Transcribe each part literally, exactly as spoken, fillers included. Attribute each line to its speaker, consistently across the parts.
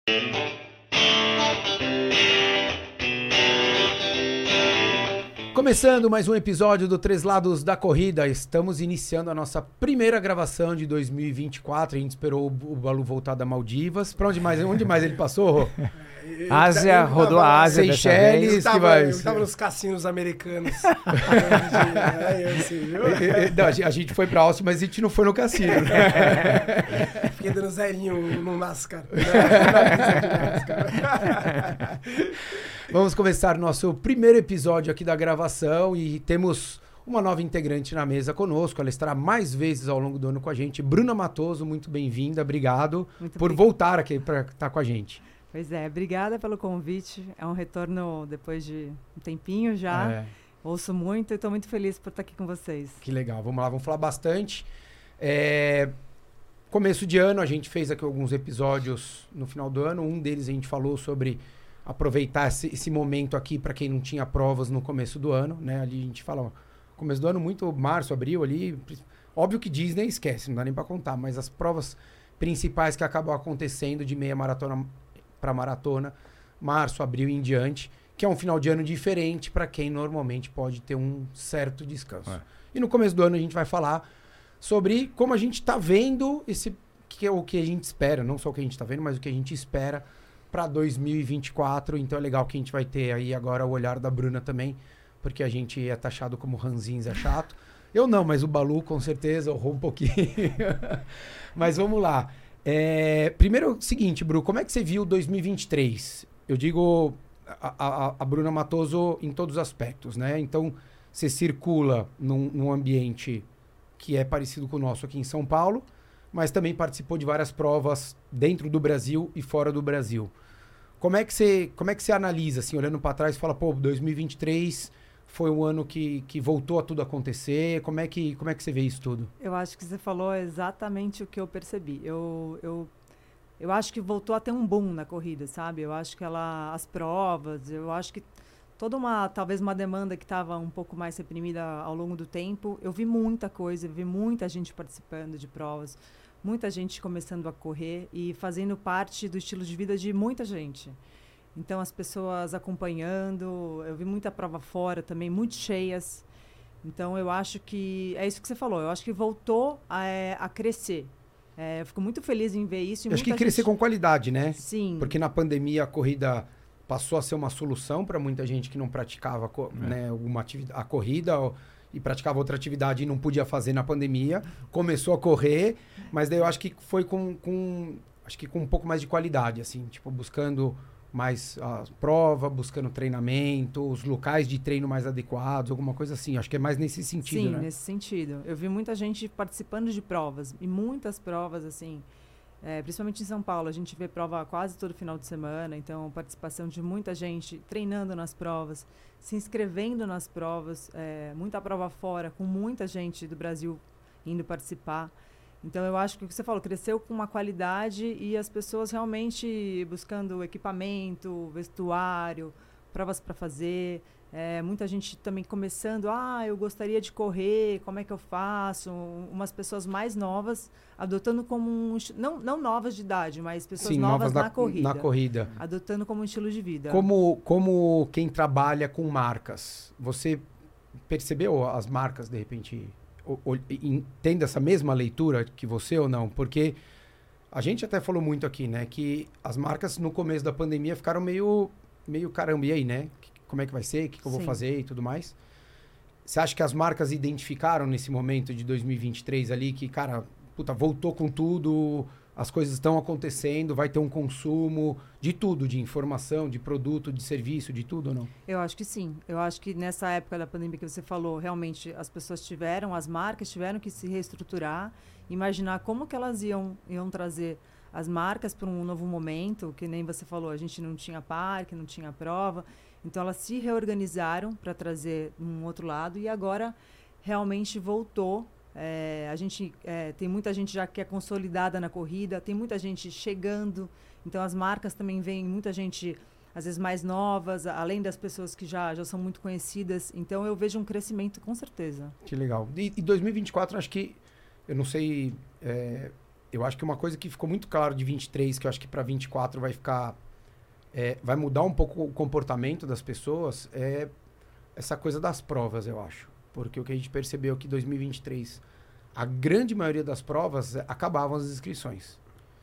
Speaker 1: Começando mais um episódio do Três Lados da Corrida, estamos iniciando a nossa primeira gravação de dois mil e vinte e quatro, a gente esperou o Balu voltar da Maldivas. Pra onde mais, onde mais ele passou?
Speaker 2: Ásia,
Speaker 1: eu
Speaker 2: rodou a Ásia,
Speaker 1: Seychelles,
Speaker 2: eu
Speaker 1: tava, que vai...
Speaker 3: Eu tava nos cassinos americanos. é, assim, viu?
Speaker 1: Não, a gente foi pra Austin, mas a gente não foi no cassino.
Speaker 3: Fiquei dando zerinho no NASCAR.
Speaker 1: Vamos começar nosso primeiro episódio aqui da gravação e temos uma nova integrante na mesa conosco. Ela estará mais vezes ao longo do ano com a gente. Bruna Matoso, muito bem-vinda. Obrigado
Speaker 4: muito
Speaker 1: por
Speaker 4: obrigada.
Speaker 1: voltar aqui para estar com a gente.
Speaker 4: Pois é, obrigada pelo convite. É um retorno depois de um tempinho já. É. Ouço muito e estou muito feliz por estar aqui com vocês.
Speaker 1: Que legal. Vamos lá, vamos falar bastante. É... Começo de ano, a gente fez aqui alguns episódios no final do ano. Um deles a gente falou sobre aproveitar esse, esse momento aqui para quem não tinha provas no começo do ano, né? Ali a gente fala, ó, começo do ano muito março, abril ali. Óbvio que Disney esquece, não dá nem para contar, mas as provas principais que acabam acontecendo de meia maratona para maratona, março, abril e em diante, que é um final de ano diferente para quem normalmente pode ter um certo descanso. É. E no começo do ano a gente vai falar sobre como a gente está vendo esse, que é o que a gente espera, não só o que a gente está vendo, mas o que a gente espera para dois mil e vinte e quatro. Então é legal que a gente vai ter aí agora o olhar da Bruna também, porque a gente é taxado como ranzinza chato. Eu não, mas o Balu com certeza errou um pouquinho. Mas vamos lá. É, primeiro o seguinte, Bru, como é que você viu dois mil e vinte e três? Eu digo a, a, a Bruna Matoso em todos os aspectos, né? Então você circula num, num ambiente que é parecido com o nosso aqui em São Paulo, mas também participou de várias provas dentro do Brasil e fora do Brasil. Como é que você, como é que você analisa, assim, olhando para trás e fala, pô, dois mil e vinte e três foi um ano que, que voltou a tudo acontecer, como é, que, como é que você vê isso tudo?
Speaker 4: Eu acho que você falou exatamente o que eu percebi. Eu, eu, eu acho que voltou a ter um boom na corrida, sabe? Eu acho que ela, as provas, eu acho que toda uma, talvez uma demanda que estava um pouco mais reprimida ao longo do tempo, eu vi muita coisa, eu vi muita gente participando de provas, muita gente começando a correr e fazendo parte do estilo de vida de muita gente. Então, as pessoas acompanhando, eu vi muita prova fora também, muito cheias. Então, eu acho que, é isso que você falou, eu acho que voltou a, a crescer. É, eu fico muito feliz em ver isso. E
Speaker 1: eu acho que crescer
Speaker 4: gente...
Speaker 1: com qualidade, né?
Speaker 4: Sim.
Speaker 1: Porque na pandemia a corrida passou a ser uma solução para muita gente que não praticava
Speaker 2: é.
Speaker 1: né, alguma atividade, a corrida ou, e praticava outra atividade e não podia fazer na pandemia. Começou a correr, mas daí eu acho que foi com, com, acho que com um pouco mais de qualidade, assim, tipo, buscando mais a prova, buscando treinamento, os locais de treino mais adequados, alguma coisa assim. Acho que é mais nesse sentido,
Speaker 4: Sim,
Speaker 1: né?
Speaker 4: nesse sentido. Eu vi muita gente participando de provas, e muitas provas, assim, é, principalmente em São Paulo, a gente vê prova quase todo final de semana, então participação de muita gente treinando nas provas, se inscrevendo nas provas, é, muita prova fora, com muita gente do Brasil indo participar. Então, eu acho que o que você falou, cresceu com uma qualidade e as pessoas realmente buscando equipamento, vestuário, provas para fazer. É, muita gente também começando, ah, eu gostaria de correr, como é que eu faço? Umas pessoas mais novas, adotando como um... Não, não novas de idade, mas pessoas
Speaker 1: Sim,
Speaker 4: novas,
Speaker 1: novas
Speaker 4: na,
Speaker 1: na
Speaker 4: corrida.
Speaker 1: Na corrida.
Speaker 4: Adotando como um estilo de vida.
Speaker 1: Como, como quem trabalha com marcas, você percebeu as marcas, de repente... Entende essa mesma leitura que você ou não? Porque a gente até falou muito aqui, né? Que as marcas no começo da pandemia ficaram meio, meio caramba, e aí, né? Como é que vai ser? O que, que eu vou
Speaker 4: Sim.
Speaker 1: fazer e tudo mais? Você acha que as marcas identificaram nesse momento de dois mil e vinte e três ali que, cara, puta, voltou com tudo, as coisas estão acontecendo, vai ter um consumo de tudo, de informação, de produto, de serviço, de tudo ou não?
Speaker 4: Eu acho que sim. Eu acho que nessa época da pandemia que você falou, realmente as pessoas tiveram, as marcas tiveram que se reestruturar, imaginar como que elas iam, iam trazer as marcas para um novo momento, que nem você falou, a gente não tinha parque, não tinha prova, então elas se reorganizaram para trazer um outro lado e agora realmente voltou. É, a gente é, tem muita gente já que é consolidada na corrida, tem muita gente chegando, então as marcas também vêm, muita gente às vezes mais novas, além das pessoas que já, já são muito conhecidas, então eu vejo um crescimento com certeza.
Speaker 1: Que legal. E, e dois mil e vinte e quatro, acho que, eu não sei, é, eu acho que uma coisa que ficou muito claro de vinte e três, que eu acho que para vinte e quatro vai ficar... É, vai mudar um pouco o comportamento das pessoas, é essa coisa das provas, eu acho. Porque o que a gente percebeu é que em dois mil e vinte e três, a grande maioria das provas é, acabavam as inscrições.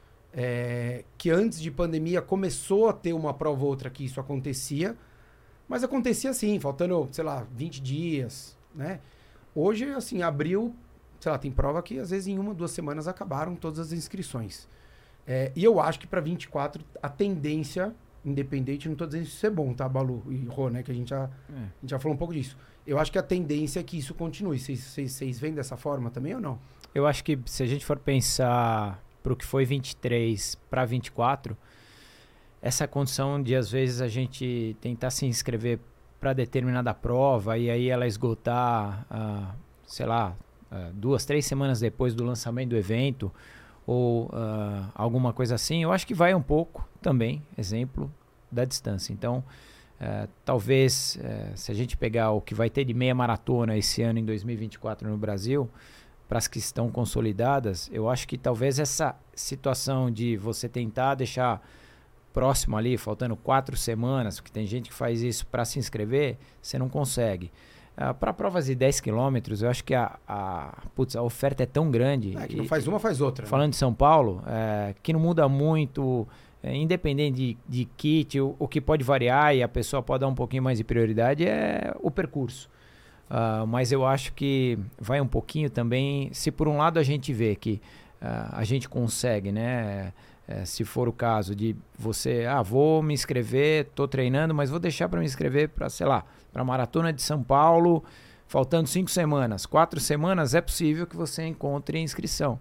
Speaker 1: É, que antes de pandemia começou a ter uma prova ou outra que isso acontecia, mas acontecia assim, faltando, sei lá, vinte dias, né? Hoje, assim, abril, sei lá, tem prova que às vezes em uma, duas semanas acabaram todas as inscrições. É, e eu acho que para vinte e quatro a tendência, independente, não estou dizendo isso é bom, tá, Balu e Rô, né? Que a gente, já, é. a gente já falou um pouco disso. Eu acho que a tendência é que isso continue. Vocês veem dessa forma também ou não?
Speaker 2: Eu acho que se a gente for pensar para o que foi vinte e três para vinte e quatro, essa condição de às vezes a gente tentar se inscrever para determinada prova e aí ela esgotar, uh, sei lá, uh, duas, três semanas depois do lançamento do evento ou uh, alguma coisa assim, eu acho que vai um pouco também, exemplo da distância. Então, uh, talvez, uh, se a gente pegar o que vai ter de meia maratona esse ano em dois mil e vinte e quatro no Brasil, para as que estão consolidadas, eu acho que talvez essa situação de você tentar deixar próximo ali, faltando quatro semanas, porque tem gente que faz isso para se inscrever, você não consegue. Uh, para provas de dez quilômetros, eu acho que a, a, putz, a oferta é tão grande.
Speaker 1: É, que não faz uma, faz outra.
Speaker 2: Falando
Speaker 1: né?
Speaker 2: de São Paulo, é, que não muda muito, é, independente de, de kit, o, o que pode variar e a pessoa pode dar um pouquinho mais de prioridade é o percurso. Uh, mas eu acho que vai um pouquinho também, se por um lado a gente vê que uh, a gente consegue, né, é, se for o caso de você, ah, vou me inscrever, tô treinando, mas vou deixar para me inscrever para, sei lá, para a Maratona de São Paulo, faltando cinco semanas, quatro semanas, é possível que você encontre inscrição.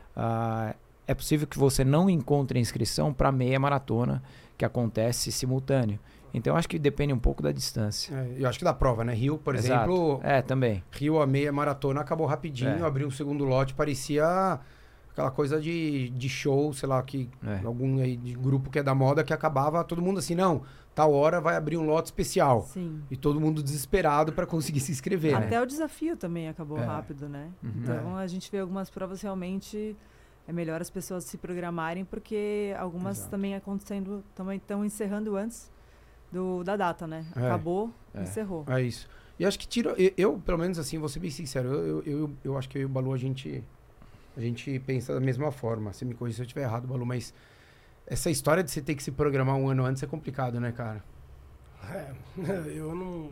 Speaker 2: Uh, é possível que você não encontre inscrição para meia maratona, que acontece simultâneo. Então, acho que depende um pouco da distância.
Speaker 1: É, eu acho que da prova, né? Rio, por
Speaker 2: Exato.
Speaker 1: exemplo...
Speaker 2: É, também.
Speaker 1: Rio, a meia maratona, acabou rapidinho, é. abriu um segundo lote, parecia aquela coisa de, de show, sei lá, que é. algum aí de grupo que é da moda, que acabava todo mundo assim, não, tal hora vai abrir um lote especial.
Speaker 4: Sim.
Speaker 1: E todo mundo desesperado para conseguir se inscrever.
Speaker 4: Até
Speaker 1: né?
Speaker 4: o desafio também acabou
Speaker 1: é.
Speaker 4: rápido, né?
Speaker 2: Uhum.
Speaker 4: Então,
Speaker 1: É.
Speaker 4: a gente vê algumas provas realmente... É melhor as pessoas se programarem, porque algumas
Speaker 1: Exato.
Speaker 4: também acontecendo, também estão encerrando antes do, da data, né?
Speaker 1: É,
Speaker 4: Acabou,
Speaker 1: é,
Speaker 4: encerrou.
Speaker 1: É isso. E acho que tira... Eu, eu, pelo menos assim, vou ser bem sincero, eu, eu, eu, eu acho que eu e o Balu, a gente, a gente pensa da mesma forma. Você me corrija se eu estiver errado, Balu, mas essa história de você ter que se programar um ano antes é complicado, né, cara?
Speaker 3: É, eu não...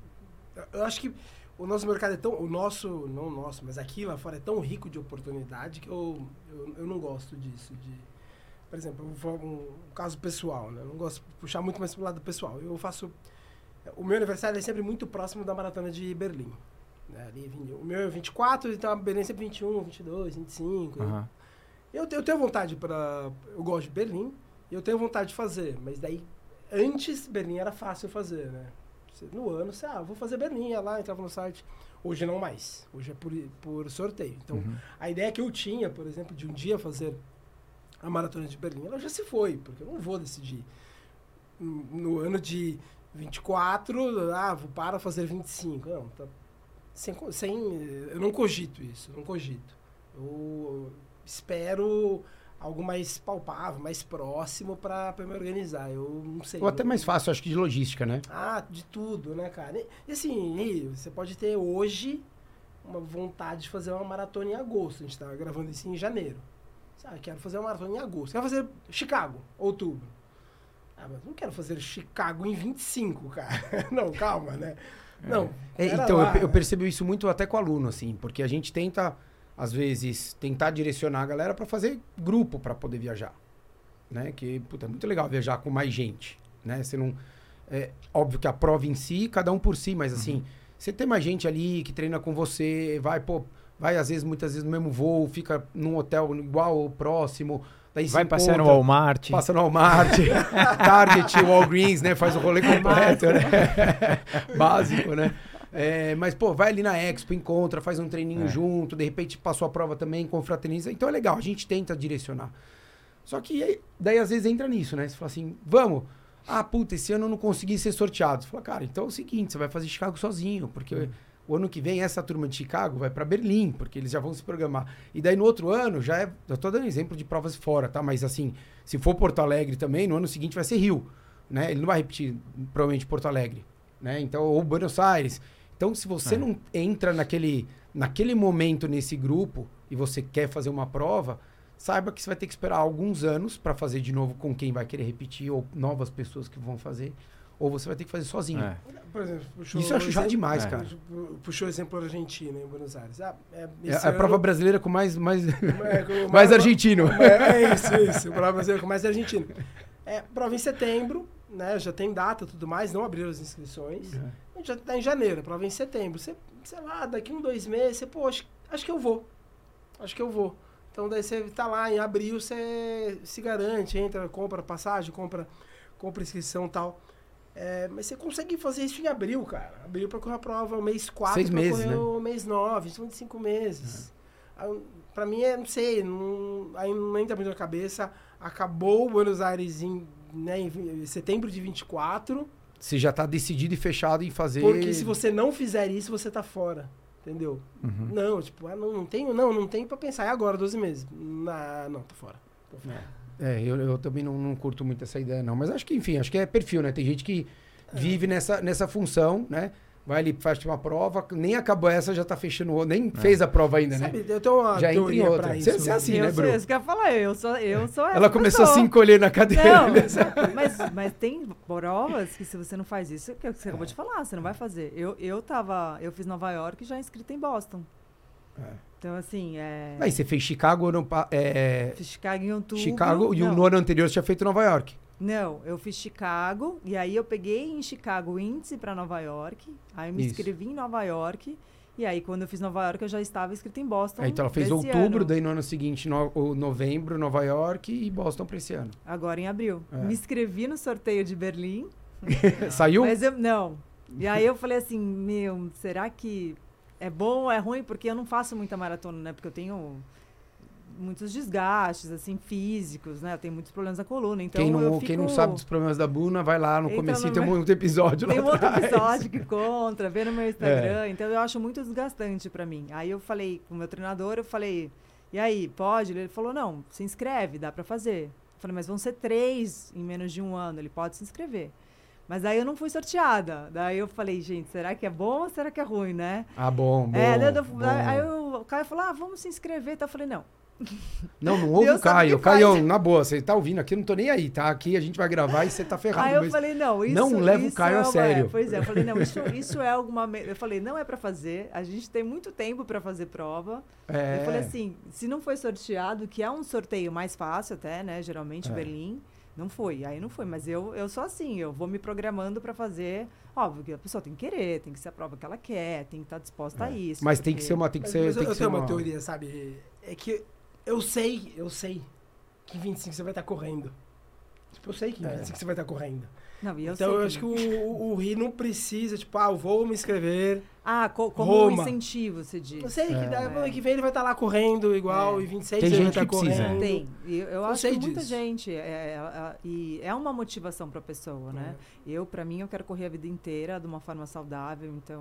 Speaker 3: Eu acho que o nosso mercado é tão... O nosso, não o nosso, mas aqui lá fora é tão rico de oportunidade que eu, eu, eu não gosto disso. De, por exemplo, eu vou um, um caso pessoal, né? Eu não gosto de puxar muito mais pro lado pessoal. Eu faço... O meu aniversário é sempre muito próximo da Maratona de Berlim. Né? Ali, o meu é vinte e quatro, então a Berlim é sempre vinte e um, vinte e dois, vinte e cinco.
Speaker 2: Uhum.
Speaker 3: Eu, eu tenho vontade para... Eu gosto de Berlim e eu tenho vontade de fazer. Mas daí, antes, Berlim era fácil fazer, né? No ano, você, ah, vou fazer Berlim, ia lá, entrava no site. Hoje não mais. Hoje é por, por sorteio. Então,
Speaker 2: uhum.
Speaker 3: a ideia que eu tinha, por exemplo, de um dia fazer a Maratona de Berlim, ela já se foi, porque eu não vou decidir. No ano de vinte e quatro, ah, vou para fazer vinte e cinco. Não, tá, sem, sem, eu não cogito isso, não cogito. Eu espero algo mais palpável, mais próximo para me organizar. Eu não sei.
Speaker 1: Ou até
Speaker 3: não,
Speaker 1: mais fácil, acho que de logística, né?
Speaker 3: Ah, de tudo, né, cara? E assim, você pode ter hoje uma vontade de fazer uma maratona em agosto. A gente tá gravando isso em janeiro. Sabe, quero fazer uma maratona em agosto. Quero fazer Chicago, outubro. Ah, mas não quero fazer Chicago em vinte e cinco, cara. Não, calma, né? Não.
Speaker 1: É, então, lá, eu, eu percebo isso muito até com aluno, assim, porque a gente tenta... às vezes, tentar direcionar a galera para fazer grupo para poder viajar, né? Que, puta, é muito legal viajar com mais gente, né? Você não... É óbvio que a prova em si, cada um por si, mas assim, uhum. você tem mais gente ali que treina com você, vai, pô, vai às vezes, muitas vezes no mesmo voo, fica num hotel igual ou próximo, daí
Speaker 2: vai passear no Walmart.
Speaker 1: Passa no Walmart, Target, Walgreens, né? Faz o rolê completo, né? Básico, né? É, mas, pô, vai ali na Expo, encontra, faz um treininho é. junto, de repente passou a prova também, confraterniza. Então é legal, a gente tenta direcionar. Só que aí, daí às vezes entra nisso, né? Você fala assim, vamos. Ah, puta, esse ano eu não consegui ser sorteado. Você fala, cara, então é o seguinte, você vai fazer Chicago sozinho, porque hum. o ano que vem essa turma de Chicago vai para Berlim, porque eles já vão se programar. E daí no outro ano já é... Eu tô dando exemplo de provas fora, tá? Mas assim, se for Porto Alegre também, no ano seguinte vai ser Rio, né? Ele não vai repetir, provavelmente, Porto Alegre, né? Então, ou Buenos Aires. Então, se você é. não entra naquele, naquele momento nesse grupo e você quer fazer uma prova, saiba que você vai ter que esperar alguns anos para fazer de novo com quem vai querer repetir, ou novas pessoas que vão fazer, ou você vai ter que fazer sozinho.
Speaker 2: É.
Speaker 3: Por exemplo, puxou
Speaker 1: Isso eu acho já
Speaker 3: exemplo,
Speaker 1: demais,
Speaker 2: é.
Speaker 1: cara.
Speaker 3: Puxou o exemplo Argentina, em Buenos Aires. Ah, é,
Speaker 1: É a
Speaker 3: ano,
Speaker 1: prova brasileira com mais, mais,
Speaker 3: é, com
Speaker 1: mais,
Speaker 3: mais
Speaker 1: argentino.
Speaker 3: É, é isso, isso. Prova brasileira com mais argentino. É, prova em setembro, né? Já tem data e tudo mais, não abriram as inscrições. É. Já tá em janeiro, prova em setembro. Você, sei lá, daqui um, dois meses, você, pô, acho, acho que eu vou. Acho que eu vou. Então daí você tá lá em abril, você se garante, entra, compra passagem, compra, compra inscrição e tal. É, mas você consegue fazer isso em abril, cara. Abril pra correr a prova, mês quatro
Speaker 1: Seis
Speaker 3: pra
Speaker 1: meses,
Speaker 3: correr
Speaker 1: né?
Speaker 3: o mês nove, são de cinco meses. Uhum. Pra mim, é, não sei, não, aí não entra muito na cabeça. Acabou o Buenos Aires em, né, em setembro de vinte e quatro.
Speaker 1: Você já tá decidido e fechado em fazer...
Speaker 3: Porque se você não fizer isso, você tá fora. Entendeu?
Speaker 1: Uhum.
Speaker 3: Não, tipo, ah, não, não tenho, não, não tenho pra pensar. É agora, doze meses. Não, não, tô fora. Tô fora.
Speaker 1: É, eu, eu também não, não curto muito essa ideia, não. Mas acho que, enfim, acho que é perfil, né? Tem gente que vive é. nessa, nessa função, né? Vai ali, faz uma prova, nem acabou essa, já tá fechando outra. Nem é. fez a prova ainda,
Speaker 3: Sabe,
Speaker 1: né?
Speaker 3: eu tenho uma
Speaker 1: já
Speaker 3: teoria
Speaker 1: entra em outra.
Speaker 3: pra isso.
Speaker 1: Você é assim,
Speaker 4: eu
Speaker 1: né,
Speaker 4: sou
Speaker 1: Bru?
Speaker 4: isso que eu ia falar, eu sou, eu sou essa
Speaker 1: Ela começou
Speaker 4: pessoa.
Speaker 1: a se encolher na cadeira.
Speaker 4: Não,
Speaker 1: Né?
Speaker 4: mas, mas tem provas que se você não faz isso, que você acabou de falar, você não vai fazer. Eu, eu tava, eu fiz Nova York já inscrita em Boston.
Speaker 1: É.
Speaker 4: Então, assim, é...
Speaker 1: Aí você fez Chicago, no, é,
Speaker 4: Fiz Chicago em outubro.
Speaker 1: Chicago e
Speaker 4: não.
Speaker 1: no ano anterior você tinha feito Nova York.
Speaker 4: Não, eu fiz Chicago, e aí eu peguei em Chicago o índice para Nova York, aí eu me
Speaker 1: Isso.
Speaker 4: inscrevi em Nova York, e aí quando eu fiz Nova York eu já estava inscrita em Boston.
Speaker 1: Aí, então ela fez
Speaker 4: esse
Speaker 1: outubro,
Speaker 4: ano.
Speaker 1: daí no ano seguinte, no, o novembro, Nova York e Boston pra esse ano.
Speaker 4: Agora em abril.
Speaker 1: É.
Speaker 4: Me inscrevi no sorteio de Berlim.
Speaker 1: Saiu?
Speaker 4: Mas eu, não. E aí eu falei assim, meu, será que é bom ou é ruim? Porque eu não faço muita maratona, né? Porque eu tenho muitos desgastes, assim, físicos, né? Eu tenho muitos problemas na coluna, então
Speaker 1: quem, não,
Speaker 4: eu fico...
Speaker 1: quem não sabe dos problemas da Buna, vai lá no
Speaker 4: Entra
Speaker 1: comecinho,
Speaker 4: no
Speaker 1: tem um
Speaker 4: meu-
Speaker 1: outro episódio lá
Speaker 4: Tem um outro
Speaker 1: atrás.
Speaker 4: episódio que contra, vê no meu Instagram.
Speaker 1: É.
Speaker 4: Então eu acho muito desgastante pra mim. Aí eu falei com o meu treinador, eu falei, e aí, pode? Ele falou, não, se inscreve, dá pra fazer. Eu falei, mas vão ser três em menos de um ano. Ele pode se inscrever. Mas aí eu não fui sorteada. Daí eu falei, gente, será que é bom ou será que é ruim, né?
Speaker 1: Ah, bom, bom.
Speaker 4: é, daí eu-
Speaker 1: bom.
Speaker 4: aí eu- o Caio falou, ah, vamos se inscrever. Então eu falei, não.
Speaker 1: Não, não ouve
Speaker 4: Deus
Speaker 1: o
Speaker 4: sabe
Speaker 1: Caio.
Speaker 4: o que faz.
Speaker 1: Caio, na boa, você tá ouvindo aqui, eu não tô nem aí, tá? Aqui a gente vai gravar e você tá ferrado.
Speaker 4: Aí eu
Speaker 1: mas
Speaker 4: falei, não, isso
Speaker 1: não leva o
Speaker 4: isso
Speaker 1: Caio
Speaker 4: é
Speaker 1: a
Speaker 4: uma-
Speaker 1: sério.
Speaker 4: é, pois é, eu falei, não, isso, isso é alguma... me- Eu falei, não é pra fazer, a gente tem muito tempo pra fazer prova.
Speaker 1: É.
Speaker 4: Eu falei assim, se não foi sorteado, que é um sorteio mais fácil até, né, geralmente,
Speaker 1: É.
Speaker 4: Berlim, não foi, aí não foi. Mas eu, eu sou assim, eu vou me programando pra fazer... Óbvio que a pessoa tem que querer, tem que ser a prova que ela quer, tem que estar disposta a isso.
Speaker 1: Mas tem que
Speaker 4: porque-
Speaker 1: ser uma. Tem que
Speaker 3: Mas,
Speaker 1: ser,
Speaker 3: mas eu,
Speaker 1: tem que
Speaker 3: eu
Speaker 1: ser
Speaker 3: tenho uma
Speaker 1: uma
Speaker 3: teoria, sabe? É que eu sei, eu sei que em vinte e cinco você vai estar correndo. Tipo, eu sei que em
Speaker 1: É.
Speaker 3: vinte e cinco você vai estar correndo.
Speaker 4: Não, e eu
Speaker 3: então
Speaker 4: sei
Speaker 3: eu acho que o, o, o Ri não precisa, tipo, ah, eu vou me inscrever.
Speaker 4: Ah, co como
Speaker 3: Roma.
Speaker 4: um incentivo, você diz.
Speaker 3: Eu sei que
Speaker 1: É.
Speaker 3: daí, ano que vem ele vai estar lá correndo igual,
Speaker 4: É.
Speaker 3: e vinte e seis
Speaker 1: Tem
Speaker 3: ele vai
Speaker 1: gente
Speaker 3: estar
Speaker 1: que precisa.
Speaker 3: correndo.
Speaker 4: Tem. E eu, eu
Speaker 3: Eu
Speaker 4: acho
Speaker 3: sei
Speaker 4: que muita
Speaker 3: disso.
Speaker 4: gente. É, é, é, e é uma motivação para a pessoa, né? Eu, para mim, eu quero correr a vida inteira de uma forma saudável. Então,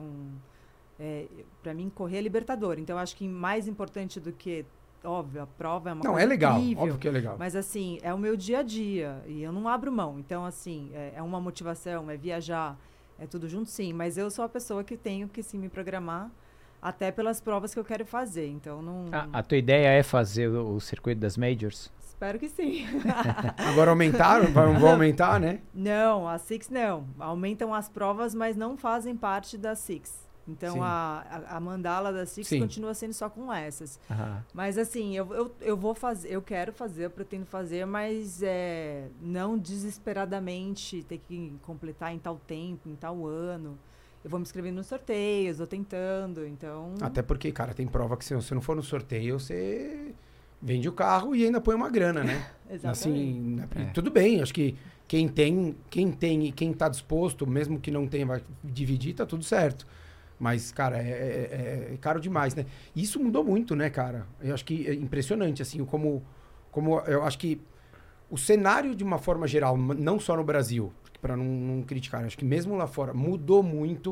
Speaker 4: é, para mim, correr é libertador. Então, eu acho que mais importante do que, óbvio, a prova é uma
Speaker 1: Não,
Speaker 4: coisa
Speaker 1: é legal.
Speaker 4: incrível.
Speaker 1: Óbvio que é legal.
Speaker 4: Mas, assim, é o meu dia a dia. E eu não abro mão. Então, assim, é, é uma motivação, é viajar, é tudo junto, sim. Mas eu sou a pessoa que tenho que, sim, me programar até pelas provas que eu quero fazer. Então, não...
Speaker 2: A, a tua ideia é fazer o, o circuito das Majors?
Speaker 4: Espero que sim.
Speaker 1: Agora aumentaram? Vão vão aumentar, né?
Speaker 4: Não, a Six não. Aumentam as provas, mas não fazem parte da Six. Então,
Speaker 1: Sim.
Speaker 4: a, a, a mandala da Six
Speaker 1: Sim.
Speaker 4: continua sendo só com essas.
Speaker 2: Aham.
Speaker 4: Mas, assim, eu, eu, eu vou fazer, eu quero fazer, eu pretendo fazer, mas é, não desesperadamente ter que completar em tal tempo, em tal ano. Eu vou me inscrevendo nos sorteios, vou tentando, então...
Speaker 1: Até porque, cara, tem prova que se você não for no sorteio, você vende o carro e ainda põe uma grana, né?
Speaker 4: Exatamente.
Speaker 1: Assim, né?
Speaker 2: É.
Speaker 1: Tudo bem, acho que quem tem, quem tem e quem tá disposto, mesmo que não tenha, vai dividir, tá tudo certo. Mas, cara, é, é- é caro demais, né? E isso mudou muito, né, cara? Eu acho que é impressionante, assim, como, como eu acho que o cenário, de uma forma geral, n- não só no Brasil, para não, não criticar, acho que mesmo lá fora, mudou muito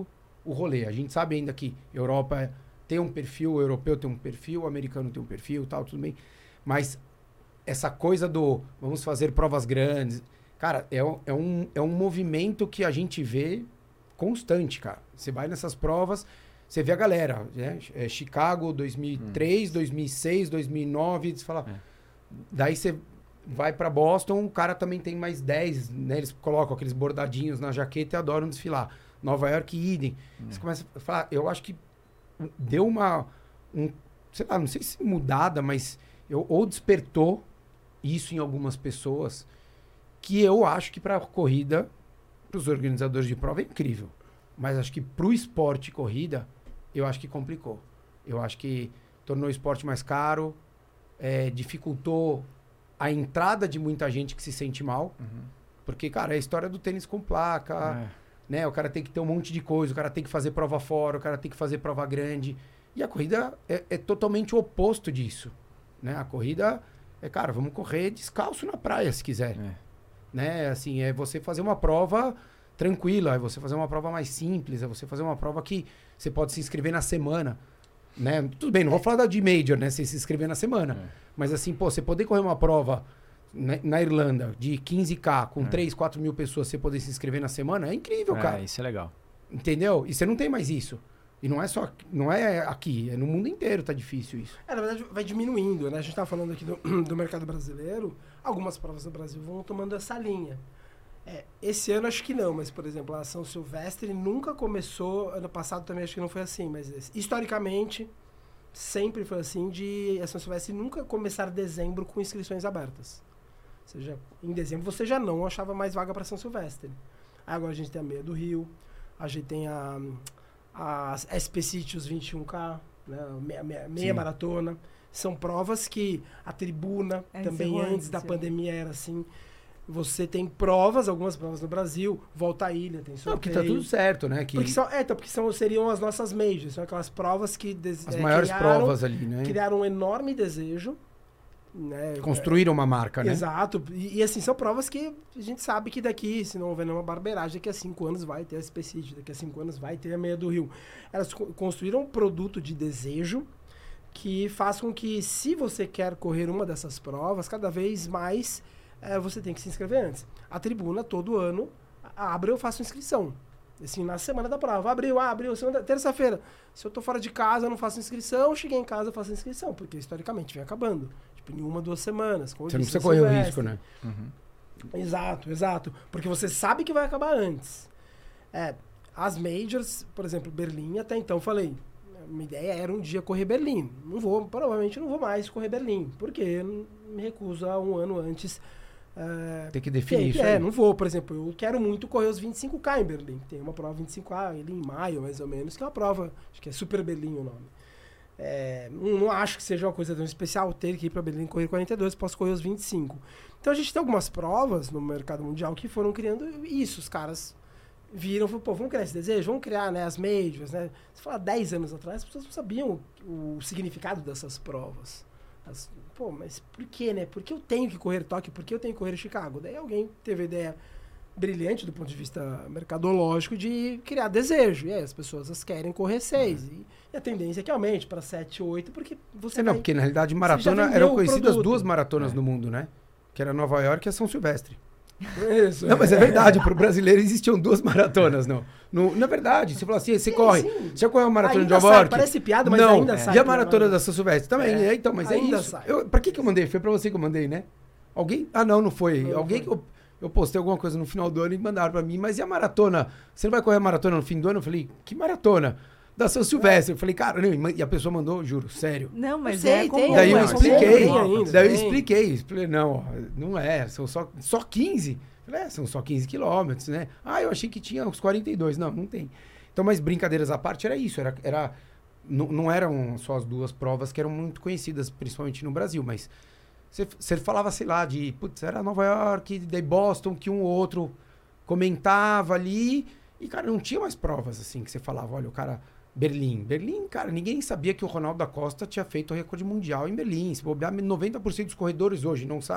Speaker 1: o rolê. A gente sabe ainda que Europa tem um perfil, o europeu tem um perfil, o americano tem um perfil, tal, tudo bem. Mas essa coisa do vamos fazer provas grandes, cara, é, é, um, é um movimento que a gente vê constante, cara. Você vai nessas provas, você vê a galera, né? É Chicago, dois mil e três, hum. dois mil e seis, dois mil e nove, você fala... É. Daí você vai pra Boston, o cara também tem mais dez, né? Eles colocam aqueles bordadinhos na jaqueta e adoram desfilar. Nova York, idem. Hum. Você começa a falar, eu acho que deu uma... Um, sei lá, não sei se mudada, mas... Eu, ou despertou isso em algumas pessoas, que eu acho que para a corrida, para os organizadores de prova é incrível. Mas acho que para o esporte corrida, eu acho que complicou. Eu acho que tornou o esporte mais caro, é, dificultou a entrada de muita gente que se sente mal. Uhum. Porque, cara, é a história do tênis com placa, é. né? O cara tem que ter um monte de coisa, o cara tem que fazer prova fora, o cara tem que fazer prova grande. E a corrida é, é totalmente o oposto disso. Né? A corrida é, cara, vamos correr descalço na praia, se quiser. É. Né? Assim, é você fazer uma prova tranquila, é você fazer uma prova mais simples, é você fazer uma prova que você pode se inscrever na semana. Né? Tudo bem, não vou falar da de Major, né? Você se inscrever na semana. É. Mas assim, pô, você poder correr uma prova na, na Irlanda de quinze K com é. três, quatro mil pessoas, você poder se inscrever na semana, é incrível, é, cara.
Speaker 2: Isso é legal.
Speaker 1: Entendeu? E você não tem mais isso. E não é só, não é aqui, é no mundo inteiro tá difícil isso.
Speaker 3: É, na verdade vai diminuindo, né? A gente tá falando aqui do, do mercado brasileiro, algumas provas do Brasil vão tomando essa linha. É, esse ano acho que não, mas por exemplo, a São Silvestre nunca começou, ano passado também acho que não foi assim, mas historicamente sempre foi assim, de a São Silvestre nunca começar dezembro com inscrições abertas. Ou seja, em dezembro você já não achava mais vaga para São Silvestre. Aí agora a gente tem a Meia do Rio, a gente tem a... as S P City, os vinte e um K, né, meia, meia, meia maratona. São provas que a tribuna, é, também antes da sim. pandemia, era assim. Você tem provas, algumas provas no Brasil, Volta à Ilha, tem sorteio.
Speaker 1: Não, porque tá tudo certo, né? Que...
Speaker 3: Porque são, é, então, porque são, seriam as nossas majors, são aquelas provas que... Des,
Speaker 1: as
Speaker 3: é,
Speaker 1: maiores
Speaker 3: criaram,
Speaker 1: provas ali, né?
Speaker 3: Criaram um enorme desejo. Né,
Speaker 1: construíram uma marca, né?
Speaker 3: Exato. E, e assim, são provas que a gente sabe que daqui, se não houver nenhuma barbeiragem, daqui a cinco anos vai ter a S P City, daqui a cinco anos vai ter a Meia do Rio. Elas co- construíram um produto de desejo que faz com que, se você quer correr uma dessas provas, cada vez mais é, você tem que se inscrever antes. A tribuna, todo ano, abre, eu faço inscrição. Assim, na semana da prova. Abriu, ah, abriu, segunda, terça-feira. Se eu tô fora de casa, eu não faço inscrição. Cheguei em casa, eu faço inscrição, porque historicamente vem acabando. Tipo, em uma, duas semanas. Como
Speaker 1: você
Speaker 3: disse,
Speaker 1: não precisa correr o risco, né?
Speaker 3: Uhum. Exato, exato. Porque você sabe que vai acabar antes. É, as majors, por exemplo, Berlim, até então falei, minha ideia era um dia correr Berlim. Não vou, provavelmente não vou mais correr Berlim, porque eu me recuso a um ano antes. Uh,
Speaker 1: tem que definir
Speaker 3: que,
Speaker 1: isso.
Speaker 3: É,
Speaker 1: aí.
Speaker 3: não vou, por exemplo, eu quero muito correr os vinte e cinco K em Berlim. Tem uma prova vinte e cinco K ali em maio, mais ou menos, que é uma prova, acho que é Super Berlim o nome. É, não, não acho que seja uma coisa tão especial ter que ir para Berlim correr quarenta e dois, posso correr os vinte e cinco. Então a gente tem algumas provas no mercado mundial que foram criando isso. Os caras viram, falaram, pô, vamos criar esse desejo, vamos criar, né, as majors, né? Se falar dez anos atrás, as pessoas não sabiam o, o significado dessas provas. As, pô, mas por que, né? Por que eu tenho que correr Tóquio? Por que eu tenho que correr Chicago? Daí alguém teve a ideia brilhante do ponto de vista mercadológico de criar desejo. E aí as pessoas as querem correr seis. Uhum. E, e a tendência é que aumente para sete, oito, porque você
Speaker 1: é, não,
Speaker 3: vai,
Speaker 1: porque na realidade maratona eram conhecidas duas maratonas é. no mundo, né? Que era Nova York e a São Silvestre.
Speaker 3: Isso.
Speaker 1: Não, mas é verdade, para o brasileiro existiam duas maratonas, não. No, na verdade, você falou assim, você sim, corre. Sim. Você correu a maratona ainda de Nova York?
Speaker 3: Parece piada, mas
Speaker 1: não,
Speaker 3: ainda
Speaker 1: é.
Speaker 3: sai.
Speaker 1: E a maratona da São Silvestre também. É. É, então, mas
Speaker 3: ainda
Speaker 1: é isso.
Speaker 3: Sai.
Speaker 1: Eu, pra que, que eu mandei? Foi pra você que eu mandei, né? Alguém? Ah, não, não foi. Não, Alguém foi. que eu, eu postei alguma coisa no final do ano e mandaram pra mim, mas e a maratona? Você não vai correr a maratona no fim do ano? Eu falei, que maratona? Da São Silvestre. Eu falei, cara, não, e a pessoa mandou, juro, sério.
Speaker 4: Não, mas
Speaker 3: sei,
Speaker 4: é
Speaker 3: tem,
Speaker 1: Daí eu expliquei.
Speaker 3: Ainda,
Speaker 1: daí eu
Speaker 3: tem.
Speaker 1: expliquei. Falei, não, não é, são só, só quinze. Falei, é, são só quinze quilômetros, né? Ah, eu achei que tinha uns quarenta e dois. Não, não tem. Então, mas brincadeiras à parte, era isso. Era, era, não, não eram só as duas provas que eram muito conhecidas, principalmente no Brasil, mas você falava, sei lá, de, putz, era Nova York, daí Boston, que um ou outro comentava ali, e, cara, não tinha mais provas, assim, que você falava, olha, o cara, Berlim. Berlim, cara, ninguém sabia que o Ronaldo da Costa tinha feito o recorde mundial em Berlim. Se bobear, noventa por cento dos corredores hoje não sabem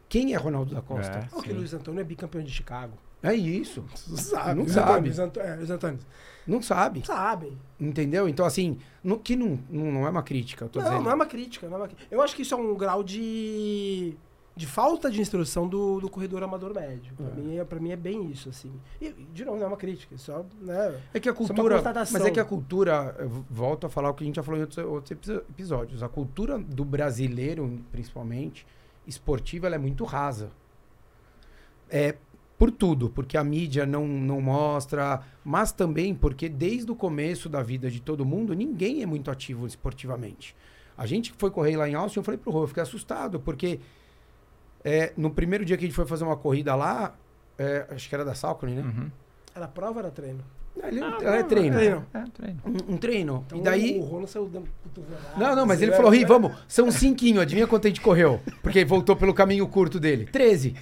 Speaker 1: Quem é Ronaldo da Costa?
Speaker 2: É.
Speaker 3: O que Luiz Antônio é bicampeão de Chicago.
Speaker 1: É isso.
Speaker 3: Não sabe.
Speaker 1: Não
Speaker 3: Luiz
Speaker 1: sabe.
Speaker 3: Antônio, Luiz Antônio, é, Luiz Antônio.
Speaker 1: Não sabe.
Speaker 3: Sabem.
Speaker 1: Entendeu? Então, assim, no, que não, não, não é uma crítica, eu tô
Speaker 3: Não,
Speaker 1: dizendo.
Speaker 3: não é uma crítica, não é uma crítica. Eu acho que isso é um grau de, de falta de instrução do, do corredor amador médio. Pra,
Speaker 1: É.
Speaker 3: mim, é, pra mim é bem isso, assim. E, de novo, não é uma crítica, é só, né...
Speaker 1: É que a
Speaker 3: Isso é uma
Speaker 1: cultura.
Speaker 3: constatação.
Speaker 1: Mas é que a cultura. Eu volto a falar o que a gente já falou em outros, outros episo- episódios. A cultura do brasileiro, principalmente, esportiva, ela é muito rasa. É por tudo, porque a mídia não, não mostra, mas também porque desde o começo da vida de todo mundo, ninguém é muito ativo esportivamente. A gente que foi correr lá em Austin, eu falei pro Rô, eu fiquei assustado, porque é, no primeiro dia que a gente foi fazer uma corrida lá, é, acho que era da Salcone, né?
Speaker 2: Uhum.
Speaker 3: Era prova ou era treino?
Speaker 1: Ele,
Speaker 2: Ah,
Speaker 1: é
Speaker 2: não,
Speaker 1: treino.
Speaker 3: treino.
Speaker 2: É, treino.
Speaker 1: Um, um treino.
Speaker 3: Então,
Speaker 1: e daí...
Speaker 3: o Rono saiu dando cotovelada.
Speaker 1: Não, não, mas
Speaker 3: assim,
Speaker 1: ele
Speaker 3: né?
Speaker 1: falou, Ri, vamos, são cinquinho, adivinha quanto a gente correu? Porque ele voltou pelo caminho curto dele. treze.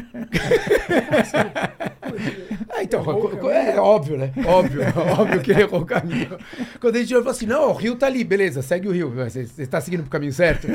Speaker 1: Ah, então,
Speaker 3: Errou o
Speaker 1: co-
Speaker 3: caminho.
Speaker 1: é óbvio, né? Óbvio, óbvio que ele errou o caminho. Quando a gente olhou, falou assim, não, o rio tá ali, beleza, segue o rio. Você, você tá seguindo pro caminho certo?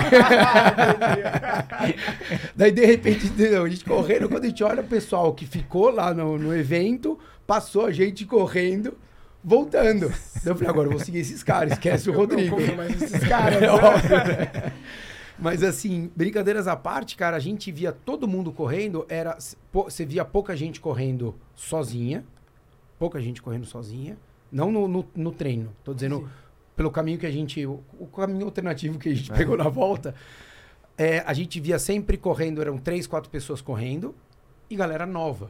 Speaker 1: Daí, de repente, entendeu? A gente correndo, quando a gente olha o pessoal que ficou lá no, no evento, passou a gente correndo, voltando. Daí eu falei, agora eu vou seguir esses caras, esquece o Rodrigo.
Speaker 3: Não confio mais nesses caras,
Speaker 1: É
Speaker 3: né?
Speaker 1: óbvio, né? Mas assim, brincadeiras à parte, cara, a gente via todo mundo correndo, era pô, você via pouca gente correndo sozinha, pouca gente correndo sozinha, não no, no, no treino, tô dizendo
Speaker 3: Sim.
Speaker 1: pelo caminho que a gente, o, o caminho alternativo que a gente pegou na volta, é, a gente via sempre correndo, eram três, quatro pessoas correndo e galera nova,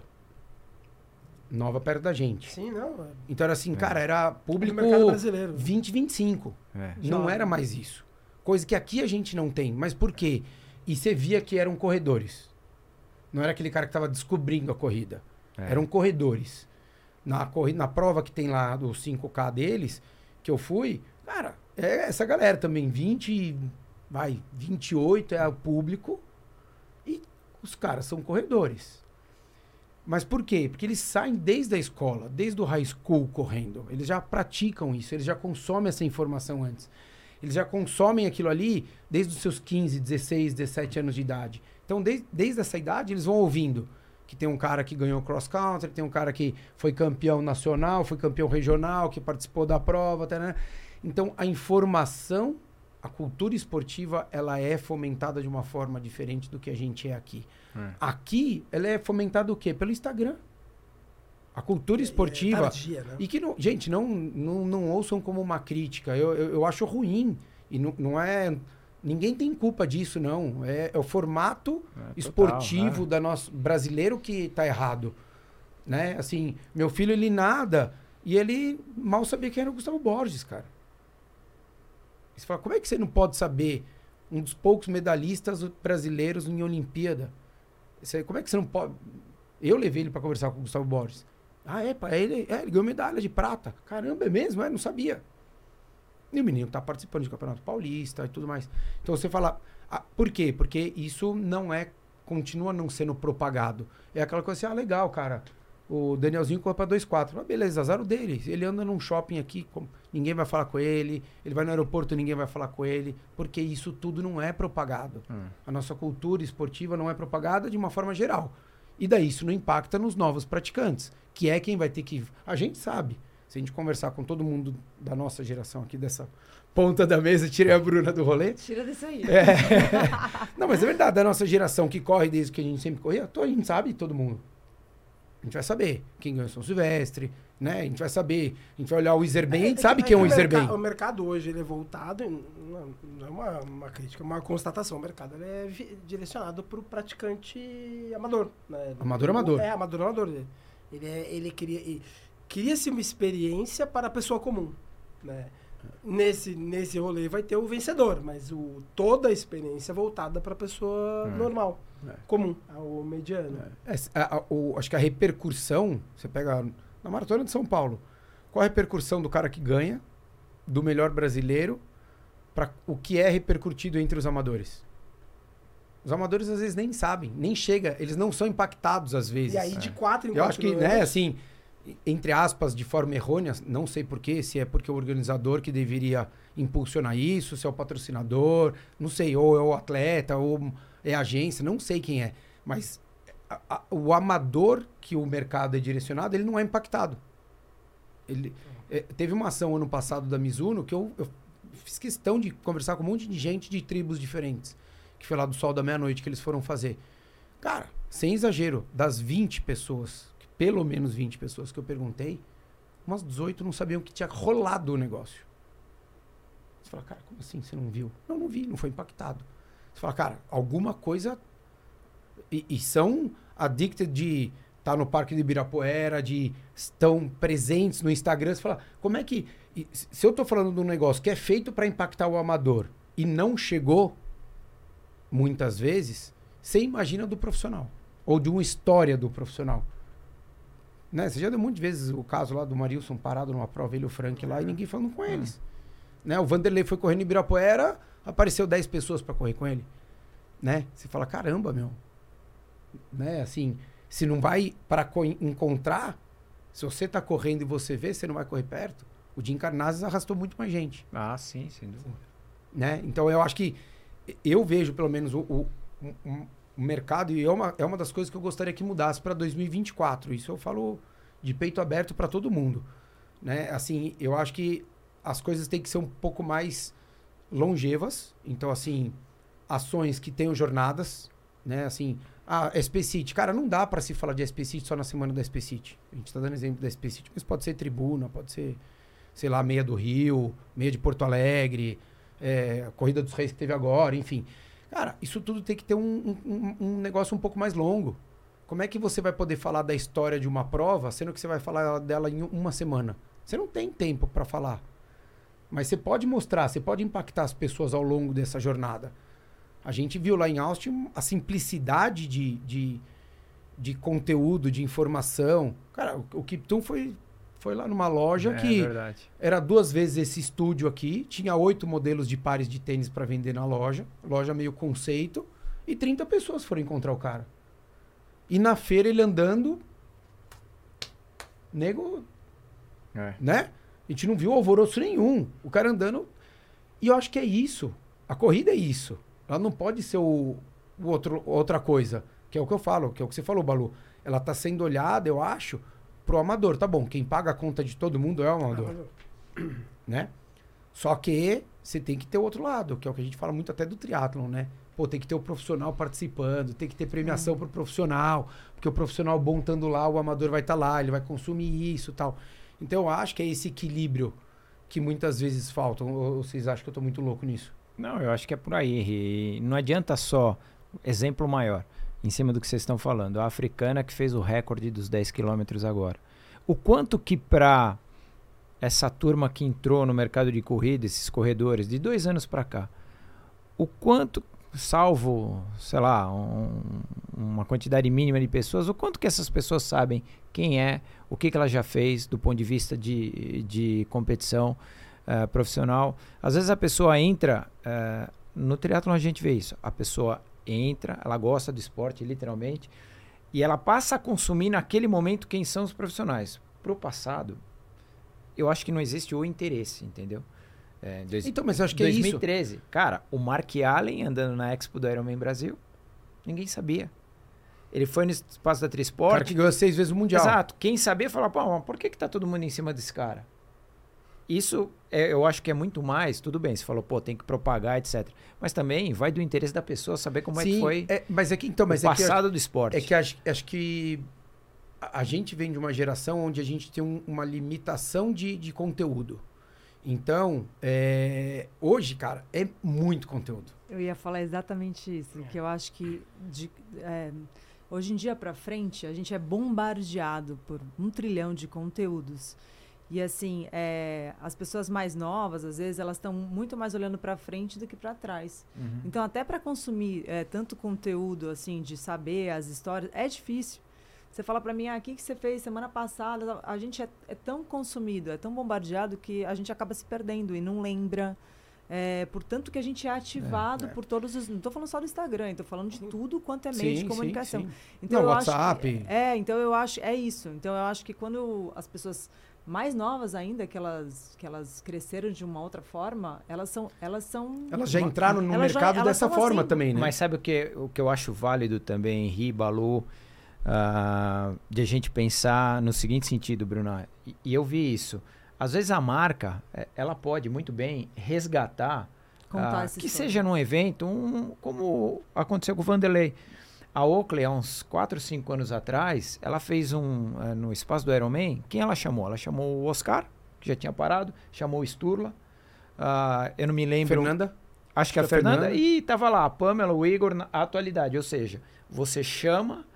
Speaker 1: nova perto da gente.
Speaker 3: Sim, não.
Speaker 1: Então era assim,
Speaker 2: É.
Speaker 1: cara, era
Speaker 3: No
Speaker 1: público
Speaker 3: mercado brasileiro.
Speaker 1: vinte, vinte e cinco.
Speaker 2: É.
Speaker 1: Não
Speaker 3: Jovem.
Speaker 1: era mais isso. Coisa que aqui a gente não tem. Mas por quê? E você via que eram corredores. Não era aquele cara que estava descobrindo a corrida.
Speaker 2: É.
Speaker 1: Eram corredores. Na, corrida, na prova que tem lá do cinco K deles, que eu fui, cara, é essa galera também. vinte, vai, vinte e oito é o público. E os caras são corredores. Mas por quê? Porque eles saem desde a escola, desde o high school correndo. Eles já praticam isso, eles já consomem essa informação antes. Eles já consomem aquilo ali desde os seus quinze, dezesseis, dezessete anos de idade. Então, desde, desde essa idade, eles vão ouvindo que tem um cara que ganhou cross country, tem um cara que foi campeão nacional, foi campeão regional, que participou da prova. Tá, né? Então, a informação, a cultura esportiva, ela é fomentada de uma forma diferente do que a gente é aqui.
Speaker 2: É.
Speaker 1: Aqui, ela é fomentada o quê? Pelo Instagram. A cultura
Speaker 3: É
Speaker 1: esportiva...
Speaker 3: tardia, né?
Speaker 1: E que, não, gente, não, não, não ouçam como uma crítica. Eu, eu, eu acho ruim. E não, não é... Ninguém tem culpa disso, não. É, é o formato
Speaker 2: É, total,
Speaker 1: esportivo
Speaker 2: é.
Speaker 1: da nosso brasileiro que tá errado. Né? Assim, meu filho, ele nada e ele mal sabia quem era o Gustavo Borges, cara. E você fala, como é que você não pode saber um dos poucos medalhistas brasileiros em Olimpíada? Você, como é que você não pode... Eu levei ele para conversar com o Gustavo Borges. Ah, é, pai, ele, é, ele ganhou medalha de prata. Caramba, é mesmo? É, não sabia. E o menino tá participando de Campeonato Paulista e tudo mais. Então você fala, ah, por quê? Porque isso não é, continua não sendo propagado. É aquela coisa assim, ah, legal, cara. O Danielzinho corre pra dois quatro. Ah, beleza, azar o dele. Ele anda num shopping aqui, com, ninguém vai falar com ele. Ele vai no aeroporto, ninguém vai falar com ele. Porque isso tudo não é propagado.
Speaker 2: Hum.
Speaker 1: A nossa cultura esportiva não é propagada de uma forma geral. E daí isso não impacta nos novos praticantes, que é quem vai ter que... A gente sabe. Se a gente conversar com todo mundo da nossa geração aqui, dessa ponta da mesa, tirei a Bruna do rolê.
Speaker 4: Tira desse aí.
Speaker 1: É. Não, mas é verdade, da nossa geração que corre desde que a gente sempre corria, a gente sabe, todo mundo. A gente vai saber quem ganhou São Silvestre, né? A gente vai saber, a gente vai olhar o Iserben, a gente sabe quem é o
Speaker 3: o merca-
Speaker 1: Iserben.
Speaker 3: O mercado hoje ele é voltado, não não é uma, uma crítica, é uma constatação. O mercado ele é vi- direcionado para o praticante amador. Né?
Speaker 1: Amador, amador.
Speaker 3: É, amador, amador. Ele, é, ele queria, e- queria-se uma experiência para a pessoa comum. Né? Nesse, nesse rolê vai ter o vencedor, mas o, toda a experiência é voltada para a pessoa
Speaker 2: É.
Speaker 3: normal,
Speaker 1: É.
Speaker 3: comum, ao mediano.
Speaker 1: É, a- a- o- acho que a repercussão, você pega na Maratona de São Paulo, qual a repercussão do cara que ganha, do melhor brasileiro, para o que é repercutido entre os amadores? Os amadores às vezes nem sabem, nem chega, eles não são impactados às vezes.
Speaker 3: E aí de quatro em
Speaker 1: Eu
Speaker 3: quatro
Speaker 1: acho que,
Speaker 3: anos,
Speaker 1: né, assim, entre aspas, de forma errônea, não sei porquê, se é porque é o organizador que deveria impulsionar isso, se é o patrocinador, não sei, ou é o atleta, ou é a agência, não sei quem é. Mas a, a, o amador que o mercado é direcionado, ele não é impactado. Ele, é, teve uma ação ano passado da Mizuno que eu, eu fiz questão de conversar com um monte de gente de tribos diferentes, que foi lá do Sol da Meia-Noite que eles foram fazer. Cara, sem exagero, das vinte pessoas, pelo menos vinte pessoas que eu perguntei, umas dezoito não sabiam que tinha rolado o negócio. Você fala, cara, como assim você não viu? Não, não vi, não foi impactado. Você fala, cara, alguma coisa... E, e são addicted de estar tá no Parque de Ibirapuera, de estão presentes no Instagram. Você fala, como é que... E, se eu tô falando de um negócio que é feito para impactar o amador e não chegou, muitas vezes, você imagina do profissional. Ou de uma história do profissional. Né? Você já deu muitas vezes o caso lá do Marilson parado numa prova, ele e o Frank lá, e ninguém falando com eles. Né? O Vanderlei foi correndo em Ibirapuera, apareceu dez pessoas para correr com ele. Né? Você fala, caramba, meu. Né? Assim, se não vai para encontrar, se você tá correndo e você vê, você não vai correr perto. O Jim Carnazes arrastou muito mais gente.
Speaker 2: Ah, sim, sem dúvida.
Speaker 1: Né? Então eu acho que eu vejo pelo menos o, o, o o mercado, e é uma, é uma das coisas que eu gostaria que mudasse para dois mil e vinte e quatro. Isso eu falo de peito aberto para todo mundo. Né? Assim, eu acho que as coisas têm que ser um pouco mais longevas. Então, assim, ações que tenham jornadas. Né? Assim, a S P City. Cara, não dá para se falar de S P City só na semana da S P City. A gente está dando exemplo da S P City, mas pode ser tribuna, pode ser, sei lá, meia do Rio, meia de Porto Alegre, é, a Corrida dos Reis que teve agora, enfim... Cara, isso tudo tem que ter um, um, um negócio um pouco mais longo. Como é que você vai poder falar da história de uma prova, sendo que você vai falar dela em uma semana? Você não tem tempo para falar. Mas você pode mostrar, você pode impactar as pessoas ao longo dessa jornada. A gente viu lá em Austin a simplicidade de, de, de conteúdo, de informação. Cara, o, o Kiptum foi... Foi lá numa loja
Speaker 2: é,
Speaker 1: que
Speaker 2: verdade.
Speaker 1: Era duas vezes esse estúdio aqui. Tinha oito modelos de pares de tênis para vender na loja. Loja meio conceito. E trinta pessoas foram encontrar o cara. E na feira ele andando... Nego...
Speaker 2: É.
Speaker 1: Né? A gente não viu alvoroço nenhum. O cara andando... E eu acho que é isso. A corrida é isso. Ela não pode ser o, o outro, outra coisa. Que é o que eu falo. Que é o que você falou, Balu. Ela tá sendo olhada, eu acho... Pro amador, tá bom, quem paga a conta de todo mundo é o amador, né? Só que você tem que ter o outro lado, que é o que a gente fala muito até do triatlon, né? Pô, tem que ter o profissional participando, tem que ter premiação uhum. pro profissional, porque o profissional bom estando lá, o amador vai estar tá lá, ele vai consumir isso e tal. Então eu acho que é esse equilíbrio que muitas vezes falta. Ou vocês acham que eu tô muito louco nisso?
Speaker 2: Não, eu acho que é por aí. E não adianta só, exemplo maior, em cima do que vocês estão falando, a africana que fez o recorde dos dez quilômetros agora. O quanto que para essa turma que entrou no mercado de corrida, esses corredores, de dois anos para cá, o quanto, salvo, sei lá, um, uma quantidade mínima de pessoas, o quanto que essas pessoas sabem quem é, o que, que ela já fez do ponto de vista de, de competição uh, profissional. Às vezes a pessoa entra, uh, no triatlon a gente vê isso, a pessoa entra, ela gosta do esporte, literalmente, e ela passa a consumir naquele momento quem são os profissionais. Pro passado, eu acho que não existe o interesse, entendeu? É, dois,
Speaker 1: então, mas eu acho que
Speaker 2: dois mil e treze,
Speaker 1: é isso.
Speaker 2: Cara, o Mark Allen andando na Expo do Ironman Brasil, ninguém sabia. Ele foi no espaço da Trisport.
Speaker 1: O cara que ganhou seis vezes o Mundial.
Speaker 2: Exato. Quem sabia falava, pô, mas por que que tá todo mundo em cima desse cara? Isso, é, eu acho que é muito mais, tudo bem, você falou, pô, tem que propagar, etcétera. Mas também vai do interesse da pessoa saber como
Speaker 1: Sim,
Speaker 2: é que foi
Speaker 1: é, mas é que, então, mas
Speaker 2: o
Speaker 1: é
Speaker 2: passado
Speaker 1: que,
Speaker 2: do esporte.
Speaker 1: É que acho, acho que a, a gente vem de uma geração onde a gente tem um, uma limitação de, de conteúdo. Então, é, hoje, cara, é muito conteúdo.
Speaker 4: Eu ia falar exatamente isso, que eu acho que de, é, hoje em dia para frente a gente é bombardeado por um trilhão de conteúdos. E assim, é, as pessoas mais novas, às vezes, elas estão muito mais olhando para frente do que para trás. Uhum. Então, até para consumir é, tanto conteúdo, assim, de saber as histórias, é difícil. Você fala para mim, ah, o que, que você fez semana passada? A gente é, é tão consumido, é tão bombardeado que a gente acaba se perdendo e não lembra. É, portanto que a gente é ativado
Speaker 1: É, é.
Speaker 4: por todos os... Não estou falando só do Instagram, estou falando de tudo quanto é meio
Speaker 1: Sim,
Speaker 4: de comunicação.
Speaker 1: sim, sim.
Speaker 4: Então,
Speaker 1: Não,
Speaker 4: eu
Speaker 1: WhatsApp.
Speaker 4: Acho, é, então eu acho... É isso. Então eu acho que quando as pessoas mais novas ainda, que elas, que elas cresceram de uma outra forma, elas são... Elas, são,
Speaker 1: Elas já entraram no
Speaker 4: elas já-
Speaker 1: mercado
Speaker 4: elas
Speaker 1: dessa
Speaker 4: são
Speaker 1: forma
Speaker 4: assim.
Speaker 1: também, né?
Speaker 2: Mas sabe o que, o que eu acho válido também, Ri, Balu, uh, de a gente pensar no seguinte sentido, Bruna, e, e eu vi isso. Às vezes a marca, eh, ela pode muito bem resgatar,
Speaker 4: Contar
Speaker 2: uh,
Speaker 4: essa
Speaker 2: que
Speaker 4: história.
Speaker 2: seja num evento, um, como aconteceu com o Vanderlei. A Oakley, há uns quatro, cinco anos atrás, ela fez um, uh, no espaço do Ironman, quem ela chamou? Ela chamou o Oscar, que já tinha parado, chamou o Sturla, uh, eu não me lembro...
Speaker 1: Fernanda?
Speaker 2: Acho que a
Speaker 1: Acho que a
Speaker 2: Fernanda,
Speaker 1: Fernanda.
Speaker 2: e tava lá a Pamela, o Igor, na atualidade. Ou seja, você chama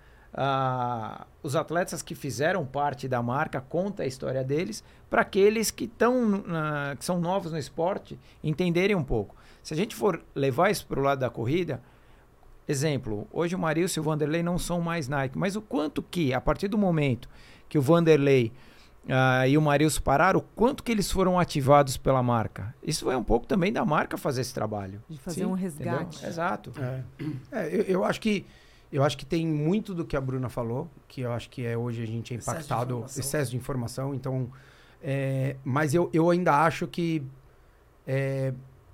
Speaker 2: ah, os atletas que fizeram parte da marca, conta a história deles, para aqueles que, tão, ah, que são novos no esporte entenderem um pouco. Se a gente for levar isso para o lado da corrida, exemplo, hoje o Marilson e o Vanderlei não são mais Nike, mas o quanto que, a partir do momento que o Vanderlei Uh, e o Marilson pararam, o quanto que eles foram ativados pela marca. Isso vai um pouco também da marca fazer esse trabalho.
Speaker 4: De fazer
Speaker 1: Sim,
Speaker 4: um resgate.
Speaker 2: Entendeu? Exato.
Speaker 1: É, É, eu, eu acho que eu acho que tem muito do que a Bruna falou, que eu acho que é hoje a gente é
Speaker 3: Excesso de
Speaker 1: impactado,
Speaker 3: informação.
Speaker 1: excesso de informação, então é, mas eu, eu ainda acho que é,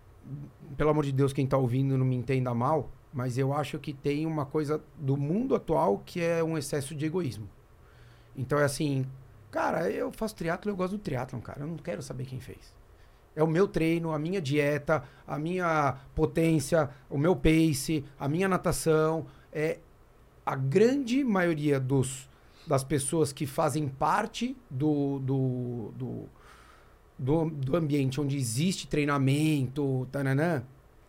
Speaker 1: pelo amor de Deus, quem está ouvindo não me entenda mal, mas eu acho que tem uma coisa do mundo atual que é um excesso de egoísmo. Então é assim, cara, eu faço triatlo, eu gosto do triatlon, cara. Eu não quero saber quem fez. É o meu treino, a minha dieta, a minha potência, o meu pace, a minha natação. É a grande maioria dos, das pessoas que fazem parte do, do, do, do, do ambiente onde existe treinamento, tananã,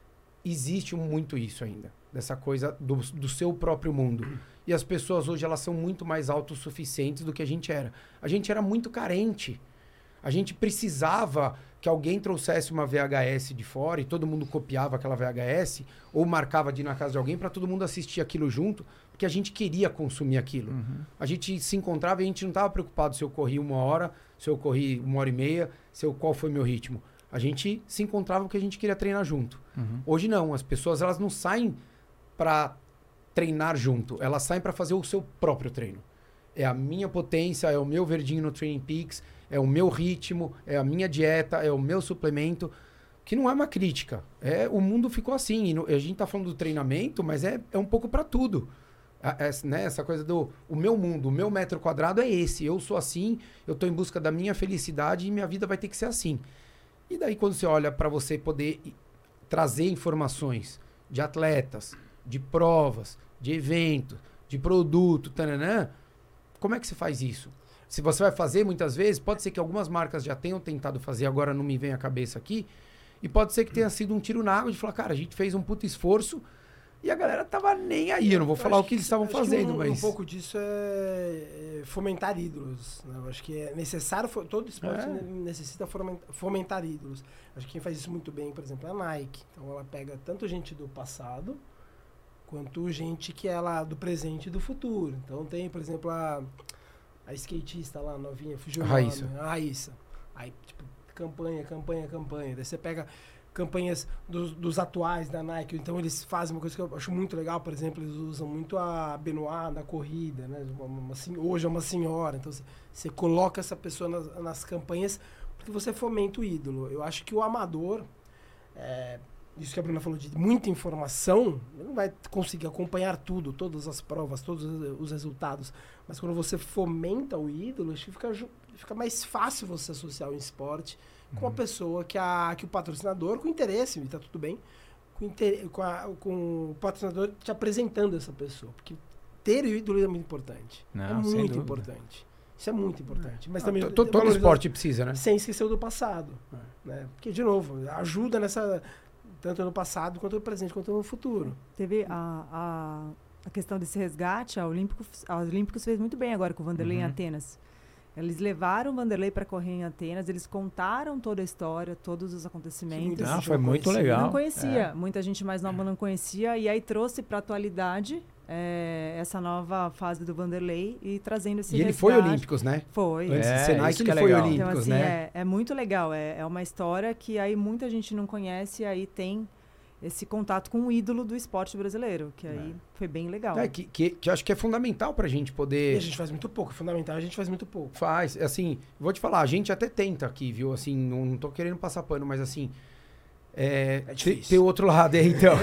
Speaker 1: existe muito isso ainda. Dessa coisa do, do seu próprio mundo. E as pessoas hoje, elas são muito mais autossuficientes do que a gente era. A gente era muito carente. A gente precisava que alguém trouxesse uma V H S de fora e todo mundo copiava aquela V H S ou marcava de ir na casa de alguém para todo mundo assistir aquilo junto, porque a gente queria consumir aquilo.
Speaker 2: Uhum.
Speaker 1: A gente se encontrava e a gente não estava preocupado se eu corri uma hora, se eu corri uma hora e meia, se eu, qual foi meu ritmo. A gente se encontrava porque a gente queria treinar junto.
Speaker 2: Uhum.
Speaker 1: Hoje não, as pessoas elas não saem para treinar junto, elas saem para fazer o seu próprio treino. É a minha potência, é o meu verdinho no Training Peaks, é o meu ritmo, é a minha dieta, é o meu suplemento, que não é uma crítica. É, o mundo ficou assim. E no, a gente tá falando do treinamento, mas é, é um pouco para tudo. É, é, né, essa coisa do o meu mundo, o meu metro quadrado é esse. Eu sou assim, eu tô em busca da minha felicidade e minha vida vai ter que ser assim. E daí quando você olha para você poder trazer informações de atletas, de provas, de evento, de produto, tananã, como é que você faz isso? Se você vai fazer, muitas vezes, pode ser que algumas marcas já tenham tentado fazer, agora não me vem à cabeça aqui, e pode ser que tenha sido um tiro na água de falar, cara, a gente fez um puto esforço e a galera tava nem aí. Eu não vou
Speaker 3: Eu
Speaker 1: falar o
Speaker 3: acho
Speaker 1: que eles estavam
Speaker 3: acho que
Speaker 1: fazendo,
Speaker 3: um,
Speaker 1: mas...
Speaker 3: Um pouco disso é, é fomentar ídolos. Né? Eu acho que é necessário, fo- todo esporte
Speaker 1: É.
Speaker 3: ne- necessita fomen- fomentar ídolos. Acho que quem faz isso muito bem, por exemplo, é a Nike. Então ela pega tanto gente do passado, quanto gente que é lá do presente e do futuro. Então tem, por exemplo, a, a skatista lá, novinha, fugiu o
Speaker 1: Raíssa.
Speaker 3: nome. A Raíssa. Aí, tipo, campanha, campanha, campanha. Daí você pega campanhas dos, dos atuais da Nike, então eles fazem uma coisa que eu acho muito legal, por exemplo, eles usam muito a Benoit na corrida, né? Uma, uma, assim, hoje é uma senhora, então você, você coloca essa pessoa nas, nas campanhas porque você fomenta o ídolo. Eu acho que o amador, é, isso que a Bruna falou de muita informação, ele não vai conseguir acompanhar tudo, todas as provas, todos os resultados, mas quando você fomenta o ídolo, acho que fica, ju- fica mais fácil você associar o esporte com a pessoa que, a, que o patrocinador, com interesse, e tá tudo bem, com, inter, com, a, com o patrocinador te apresentando essa pessoa. Porque ter o ídolo é muito importante.
Speaker 2: Não,
Speaker 3: é
Speaker 2: sem
Speaker 3: muito
Speaker 2: dúvida.
Speaker 3: importante. Isso é muito importante. Mas
Speaker 1: Ah,
Speaker 3: também
Speaker 1: to- to- todo
Speaker 3: valorizar-
Speaker 1: esporte precisa, né?
Speaker 3: sem esquecer o do passado. Né? Porque, de novo, ajuda nessa, tanto no passado, quanto no presente, quanto no futuro.
Speaker 4: Teve a, a, a questão desse resgate, a Olímpicos, a Olímpicos fez muito bem agora com o Vanderlei em
Speaker 2: Uhum.
Speaker 4: Atenas. Eles levaram o Vanderlei para correr em Atenas, eles contaram toda a história, todos os acontecimentos.
Speaker 2: Ah, foi muito legal.
Speaker 4: Não conhecia,
Speaker 2: É.
Speaker 4: muita gente mais nova não conhecia, e aí trouxe para a atualidade é, essa nova fase do Vanderlei e trazendo esse
Speaker 1: E ele
Speaker 4: resgate.
Speaker 1: foi Olímpicos, né?
Speaker 4: Foi.
Speaker 1: Antes
Speaker 2: É,
Speaker 1: de ser Nike,
Speaker 2: isso que
Speaker 1: ele
Speaker 2: é
Speaker 1: foi
Speaker 2: legal.
Speaker 1: Olímpicos,
Speaker 4: Então, assim,
Speaker 1: né?
Speaker 4: é, é muito legal. É, é uma história que aí muita gente não conhece e aí tem esse contato com o ídolo do esporte brasileiro, que aí foi bem legal.
Speaker 1: É, que, que, que eu acho que é fundamental pra gente
Speaker 3: E
Speaker 1: poder...
Speaker 3: a gente faz muito pouco, é fundamental, a gente faz muito pouco.
Speaker 1: Faz, assim, vou te falar, a gente até tenta aqui, viu? Assim, não, não tô querendo passar pano, mas assim... É,
Speaker 3: É
Speaker 1: tem,
Speaker 3: difícil.
Speaker 1: tem o outro lado, é, então.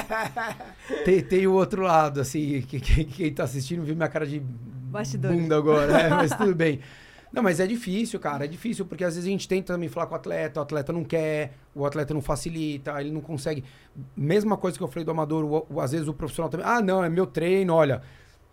Speaker 1: tem, tem o outro lado, assim, que, que, quem tá assistindo viu minha cara de
Speaker 4: Bastidores.
Speaker 1: bunda agora, é, mas tudo bem. Não, mas é difícil, cara, é difícil, porque às vezes a gente tenta também falar com o atleta, o atleta não quer, o atleta não facilita, ele não consegue. Mesma coisa que eu falei do amador, o, o, às vezes o profissional também, ah, não, é meu treino, olha,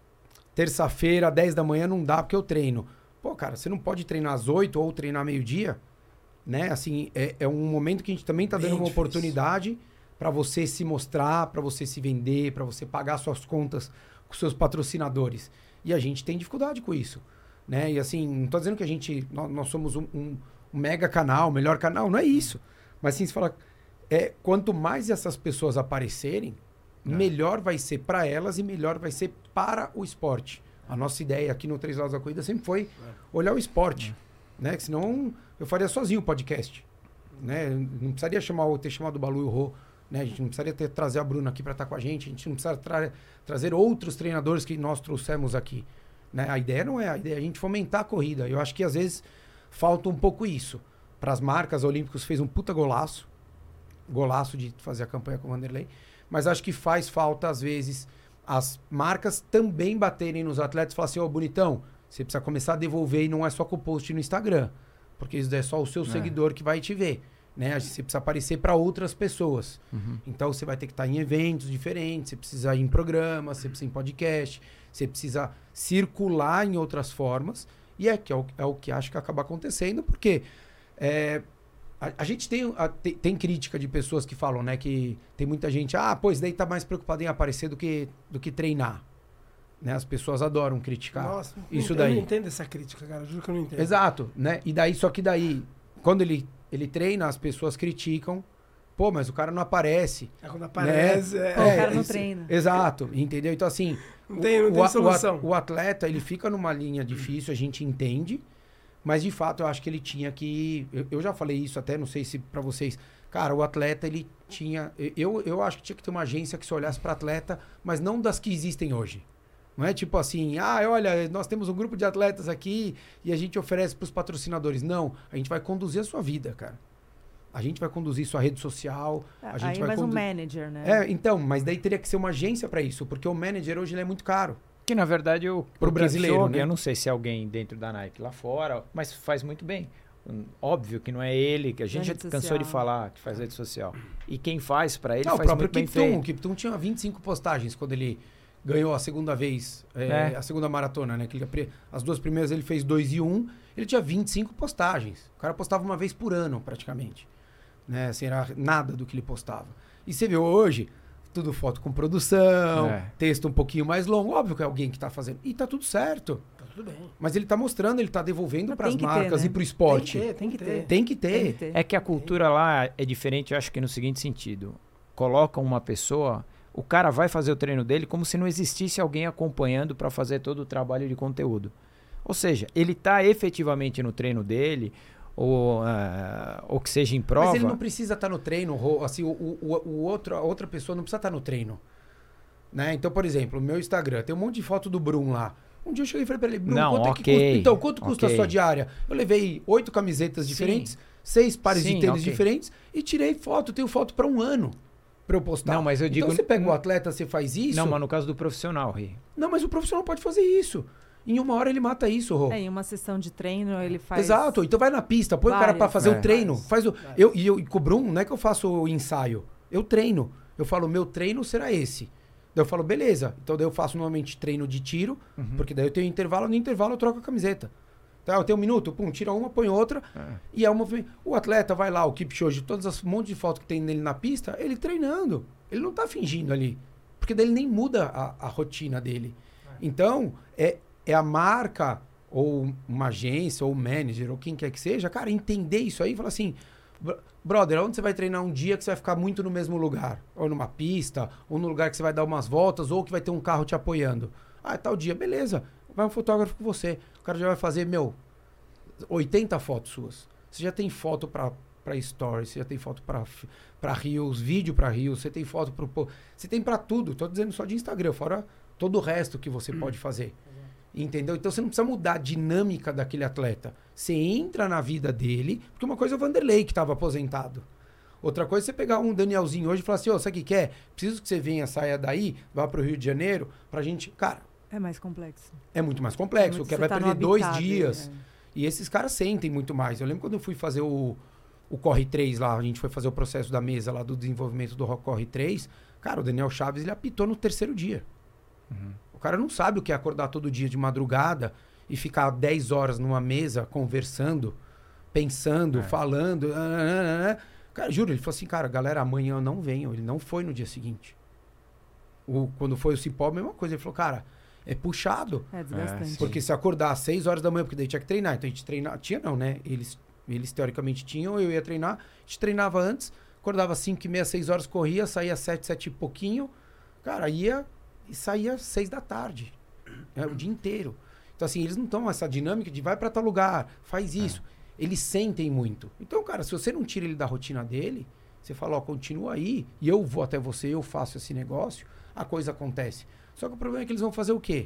Speaker 1: terça-feira, dez da manhã não dá porque eu treino. Pô, cara, você não pode treinar às oito ou treinar meio-dia, né? Assim, é, é um momento que a gente também tá
Speaker 3: Bem
Speaker 1: dando uma
Speaker 3: difícil.
Speaker 1: oportunidade para você se mostrar, para você se vender, para você pagar suas contas com seus patrocinadores. E a gente tem dificuldade com isso, né? E assim, não tô dizendo que a gente, nós, nós somos um, um, um mega canal, o melhor canal, não é isso. Mas assim, você fala, é, quanto mais essas pessoas aparecerem,
Speaker 2: É.
Speaker 1: melhor vai ser para elas e melhor vai ser para o esporte. A nossa ideia aqui no Três Lados da Corrida sempre foi olhar o esporte, né? Que senão eu faria sozinho o podcast, né? Não precisaria chamar, ter chamado o Balu e o Rô, né? A gente não precisaria ter, trazer a Bruna aqui para estar com a gente, a gente não precisa tra trazer outros treinadores que nós trouxemos aqui, né? A ideia não é, a ideia é a gente fomentar a corrida. Eu acho que às vezes falta um pouco isso. Para as marcas, a Olímpicos fez um puta golaço, golaço de fazer a campanha com o Vanderlei, mas acho que faz falta às vezes as marcas também baterem nos atletas e falar assim, ô, bonitão, você precisa começar a devolver e não é só com o post no Instagram, porque isso é só o seu
Speaker 2: É.
Speaker 1: seguidor que vai te ver, né? Você precisa aparecer para outras pessoas.
Speaker 2: Uhum.
Speaker 1: Então você vai ter que estar em eventos diferentes, você precisa ir em programas, você precisa ir em podcast, você precisa circular em outras formas, e é, que é, o, é o que acho que acaba acontecendo, porque é, a, a gente tem, a, tem, tem crítica de pessoas que falam, né, que tem muita gente, ah, pois daí tá mais preocupado em aparecer do que, do que treinar. Né? As pessoas adoram criticar.
Speaker 3: Nossa,
Speaker 1: isso
Speaker 3: eu
Speaker 1: daí.
Speaker 3: não entendo essa crítica, cara, juro que eu não entendo.
Speaker 1: Exato, né? E daí, só que daí, quando ele, ele treina, as pessoas criticam. Pô, mas o cara não aparece.
Speaker 3: É quando aparece,
Speaker 1: Né?
Speaker 3: é,
Speaker 4: Pô, o cara não
Speaker 1: isso-
Speaker 4: treina.
Speaker 1: Exato, entendeu? Então, assim,
Speaker 3: não tem, não
Speaker 1: o,
Speaker 3: tem
Speaker 1: a-
Speaker 3: solução.
Speaker 1: o, a- o atleta, ele fica numa linha difícil, a gente entende, mas de fato eu acho que ele tinha que... Eu, eu já falei isso até, não sei se pra vocês... Cara, o atleta, ele tinha... Eu, eu acho que tinha que ter uma agência que se olhasse pra atleta, mas não das que existem hoje. Não é tipo assim, ah, olha, nós temos um grupo de atletas aqui e a gente oferece pros patrocinadores. Não, a gente vai conduzir a sua vida, cara. A gente vai conduzir sua rede social, a gente
Speaker 4: Aí
Speaker 1: vai
Speaker 4: mais um
Speaker 1: condu-
Speaker 4: manager, né?
Speaker 1: É, então, mas daí teria que ser uma agência pra isso, porque o manager hoje ele é muito caro.
Speaker 2: Que na verdade o
Speaker 1: Pro
Speaker 2: o
Speaker 1: brasileiro,
Speaker 2: Kipchoge,
Speaker 1: né?
Speaker 2: eu não sei se é alguém dentro da Nike lá fora, mas faz muito bem. Hum, Óbvio que não é ele, que a gente já
Speaker 4: rede
Speaker 2: cansou de
Speaker 4: social.
Speaker 2: falar que faz rede social. E quem faz pra ele
Speaker 1: Não, o
Speaker 2: faz
Speaker 1: próprio
Speaker 2: muito bem
Speaker 1: Kiptum, o
Speaker 2: feito.
Speaker 1: Kiptum tinha vinte e cinco postagens quando ele ganhou a segunda vez, é,
Speaker 2: É.
Speaker 1: a segunda maratona, né? Que ele, apre- as duas primeiras ele fez dois e um, ele tinha vinte e cinco postagens. O cara postava uma vez por ano, praticamente. Né? Assim, era nada do que ele postava. E você vê hoje, tudo foto com produção,
Speaker 2: É.
Speaker 1: texto um pouquinho mais longo. Óbvio que é alguém que tá fazendo. E tá tudo certo.
Speaker 3: Tá tudo bem.
Speaker 1: Mas ele tá mostrando, ele tá devolvendo
Speaker 4: Mas
Speaker 1: para as
Speaker 4: tem que ter,
Speaker 1: marcas
Speaker 4: né?
Speaker 1: e pro esporte.
Speaker 3: Tem que ter, tem que ter.
Speaker 1: Tem que ter.
Speaker 4: Tem que ter.
Speaker 2: É que a cultura lá é diferente, eu acho que no seguinte sentido. Colocam uma pessoa, o cara vai fazer o treino dele como se não existisse alguém acompanhando para fazer todo o trabalho de conteúdo. Ou seja, ele tá efetivamente no treino dele, ou, ah, ou que seja em prova.
Speaker 1: Mas ele não precisa estar no treino, Rô, assim, o, o, o outro, a outra pessoa não precisa estar no treino. Né? Então, por exemplo, o meu Instagram, tem um monte de foto do Brum lá. Um dia eu cheguei e falei pra ele, Brum,
Speaker 2: Não,
Speaker 1: quanto é que
Speaker 2: ok,
Speaker 1: custa? Então, quanto custa
Speaker 2: ok.
Speaker 1: a sua diária? Eu levei oito camisetas
Speaker 2: Sim.
Speaker 1: diferentes, seis pares
Speaker 2: Sim,
Speaker 1: de tênis
Speaker 2: ok.
Speaker 1: diferentes e tirei foto. Tenho foto para um ano pra eu postar.
Speaker 2: Não, mas eu digo-
Speaker 1: Então você pega o atleta, você faz isso.
Speaker 2: Não, mas no caso do profissional, Ri.
Speaker 1: Não, mas o profissional pode fazer isso. Em uma hora ele mata isso, Rô.
Speaker 4: É, em uma sessão de treino ele faz...
Speaker 1: Exato, então vai na pista, põe o cara pra
Speaker 4: várias.
Speaker 1: fazer
Speaker 2: É.
Speaker 1: o treino.
Speaker 3: Várias.
Speaker 1: Faz o, eu, e eu, e com o Brum, não é que eu faço o ensaio, eu treino. Eu falo, meu treino será esse. Daí eu falo, beleza. Então daí eu faço normalmente treino de tiro,
Speaker 2: Uhum.
Speaker 1: porque daí eu tenho intervalo, no intervalo eu troco a camiseta. Tá, eu tenho um minuto, pum, tira uma, põe outra.
Speaker 2: É.
Speaker 1: E é um movimento. O atleta vai lá, o Kipchoge, todas as monte de fotos que tem nele na pista, ele treinando. Ele não tá fingindo ali. Porque daí ele nem muda a, a rotina dele. Então, é, é a marca ou uma agência, ou um manager, ou quem quer que seja, cara, entender isso aí e falar assim, brother, onde você vai treinar um dia que você vai ficar muito no mesmo lugar? Ou numa pista, ou no lugar que você vai dar umas voltas, ou que vai ter um carro te apoiando. Ah, é tal dia, beleza. Vai um fotógrafo com você. O cara já vai fazer, meu, oitenta fotos suas. Você já tem foto pra, pra stories, você já tem foto pra, pra reels, vídeo pra reels, você tem foto pro... Você tem pra tudo. Tô dizendo só de Instagram, fora todo o resto que você pode fazer. Entendeu? Então você não precisa mudar a dinâmica daquele atleta. Você entra na vida dele, porque uma coisa é o Vanderlei que estava aposentado. Outra coisa é você pegar um Danielzinho hoje e falar assim, ô, oh, sabe o que quer? Preciso que você venha, saia daí, vá pro Rio de Janeiro, pra gente... Cara...
Speaker 4: É mais complexo.
Speaker 1: É muito mais complexo. É muito, o cara vai tá perder dois dias.
Speaker 4: Dele, é.
Speaker 1: E esses caras sentem muito mais. Eu lembro quando eu fui fazer o, o Corre três lá, a gente foi fazer o processo da mesa lá do desenvolvimento do Corre três. Cara, o Daniel Chaves, ele apitou no terceiro dia. Uhum. O cara não sabe o que é acordar todo dia de madrugada e ficar dez horas numa mesa conversando, pensando, é. falando. Ah, ah, ah. Cara, juro, ele falou assim, cara, galera, amanhã eu não venho. Ele não foi no dia seguinte. O, quando foi o Cipó, a mesma coisa. Ele falou, cara, é puxado.
Speaker 4: É desgastante.
Speaker 1: Porque se acordar às seis horas da manhã, porque daí tinha que treinar. Então a gente treinava, tinha não, né? Eles, eles teoricamente tinham, eu ia treinar. A gente treinava antes, acordava às cinco e meia, seis horas, corria, saía às sete, sete e pouquinho. Cara, ia... E saía às seis da tarde. É, o dia inteiro. Então, assim, eles não estão essa dinâmica de vai para tal lugar, faz isso. É. Eles sentem muito. Então, cara, se você não tira ele da rotina dele, você fala, ó, continua aí, e eu vou até você, eu faço esse negócio, a coisa acontece. Só que o problema é que eles vão fazer o quê?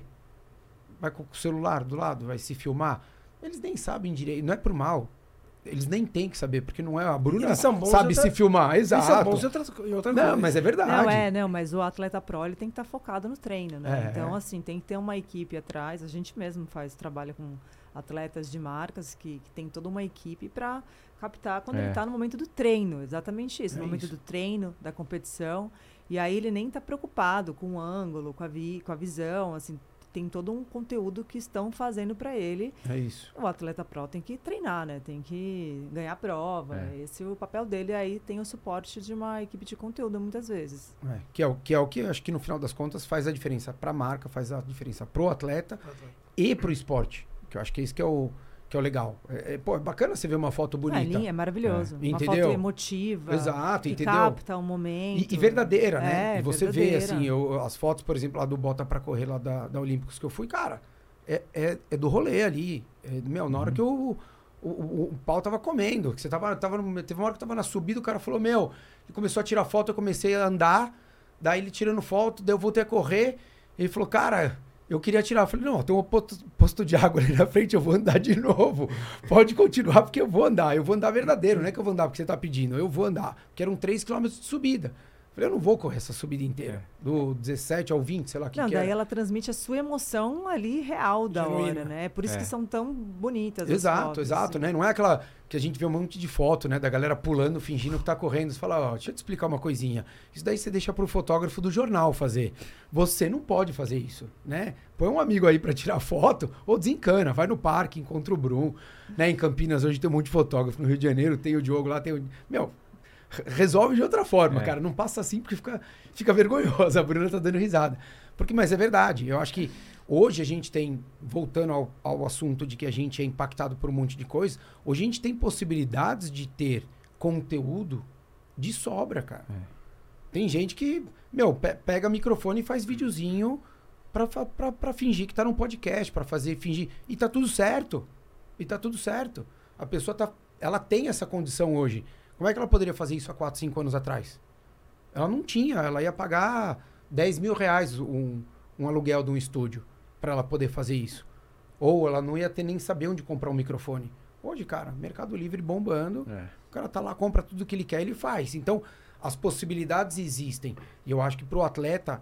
Speaker 1: Vai com o celular do lado, vai se filmar. Eles nem sabem direito, não é por mal. Eles nem têm que saber, porque não é a Bruna sabe outra, se filmar, exato. Eles são bons em outra, em outra não,
Speaker 3: coisa.
Speaker 1: mas é verdade.
Speaker 4: Não, é, não, mas o atleta pro, ele tem que estar tá focado no treino, né?
Speaker 1: É.
Speaker 4: Então, assim, tem que ter uma equipe atrás. A gente mesmo faz, trabalha com atletas de marcas que, que tem toda uma equipe para captar quando é. ele está no momento do treino. Exatamente isso,
Speaker 1: é
Speaker 4: no momento
Speaker 1: isso.
Speaker 4: do treino, da competição. E aí ele nem está preocupado com o ângulo, com a, vi, com a visão, assim... Tem todo um conteúdo que estão fazendo para ele.
Speaker 1: É isso.
Speaker 4: O atleta pro tem que treinar, né? Tem que ganhar prova. É. Esse é o papel dele. Aí tem o suporte de uma equipe de conteúdo, muitas vezes.
Speaker 1: É, que, é o, que é o que acho que no final das contas faz a diferença para a marca, faz a diferença pro atleta okay. e pro esporte. Que eu acho que é isso que é o, que é o legal. É, é, pô, é bacana você ver uma foto bonita.
Speaker 4: É, é maravilhoso.
Speaker 1: É.
Speaker 4: Uma
Speaker 1: Entendeu?
Speaker 4: foto emotiva.
Speaker 1: Exato,
Speaker 4: que
Speaker 1: entendeu?
Speaker 4: capta um momento.
Speaker 1: E, e verdadeira, né?
Speaker 4: É,
Speaker 1: e você
Speaker 4: verdadeira.
Speaker 1: vê, assim, eu, as fotos, por exemplo, lá do Bota pra Correr, lá da, da Olímpicos que eu fui, cara, é, é, é do rolê ali. É, meu, na hora uhum. que eu, o, o, o pau tava comendo, que você tava, tava no, teve uma hora que eu tava na subida, o cara falou, meu, ele começou a tirar foto, eu comecei a andar, daí ele tirando foto, daí eu voltei a correr, ele falou, cara... Eu queria tirar. Eu falei, não, tem um posto, posto de água ali na frente, eu vou andar de novo. Pode continuar, porque eu vou andar. Eu vou andar verdadeiro, não é que eu vou andar porque você tá pedindo. Eu vou andar, porque eram três quilômetros de subida. Eu falei, eu não vou correr essa subida inteira. Do dezessete ao vinte, sei lá o que
Speaker 4: Não,
Speaker 1: que
Speaker 4: daí
Speaker 1: era.
Speaker 4: ela transmite a sua emoção ali real da
Speaker 1: Genuína.
Speaker 4: hora, né? É por isso
Speaker 1: É.
Speaker 4: que são tão bonitas
Speaker 1: Exato,
Speaker 4: as fotos.
Speaker 1: exato,
Speaker 4: assim.
Speaker 1: né? Não é aquela que a gente vê um monte de foto, né? Da galera pulando, fingindo que tá correndo. Você fala, ó, deixa eu te explicar uma coisinha. Isso daí você deixa pro fotógrafo do jornal fazer. Você não pode fazer isso, né? Põe um amigo aí pra tirar foto ou desencana. Vai no parque, encontra o Brum. Né? Em Campinas hoje tem um monte de fotógrafo. No Rio de Janeiro tem o Diogo lá, tem o... Meu... Resolve de outra forma, é. cara. Não passa assim porque fica, fica vergonhoso. A Bruna tá dando risada. Porque, mas é verdade. Eu acho que hoje a gente tem, voltando ao, ao assunto de que a gente é impactado por um monte de coisa, hoje a gente tem possibilidades de ter conteúdo de sobra, cara. É. Tem gente que, meu, pe pega microfone e faz videozinho pra, pra, pra fingir que tá num podcast, pra fazer, fingir. E tá tudo certo. E tá tudo certo. A pessoa tá, ela tem essa condição hoje. Como é que ela poderia fazer isso há quatro, cinco anos atrás? Ela não tinha. Ela ia pagar dez mil reais um, um aluguel de um estúdio para ela poder fazer isso. Ou ela não ia ter nem saber onde comprar um microfone. Hoje, cara, Mercado Livre bombando. É. O cara tá lá, compra tudo que ele quer e ele faz. Então, as possibilidades existem. E eu acho que para o atleta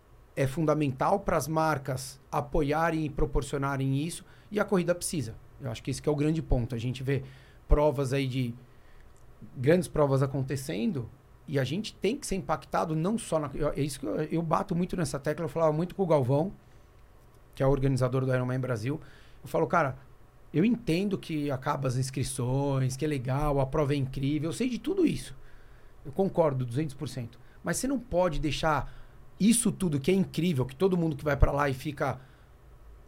Speaker 1: é fundamental para as marcas apoiarem e proporcionarem isso. E a corrida precisa. Eu acho que esse que é o grande ponto. A gente vê provas aí de... grandes provas acontecendo e a gente tem que ser impactado não só na... É isso que eu, eu bato muito nessa tecla, eu falava muito com o Galvão, que é o organizador do Ironman Brasil. Eu falo, cara, eu entendo que acaba as inscrições, que é legal, a prova é incrível, eu sei de tudo isso. Eu concordo duzentos por cento. Mas você não pode deixar isso tudo que é incrível, que todo mundo que vai para lá e fica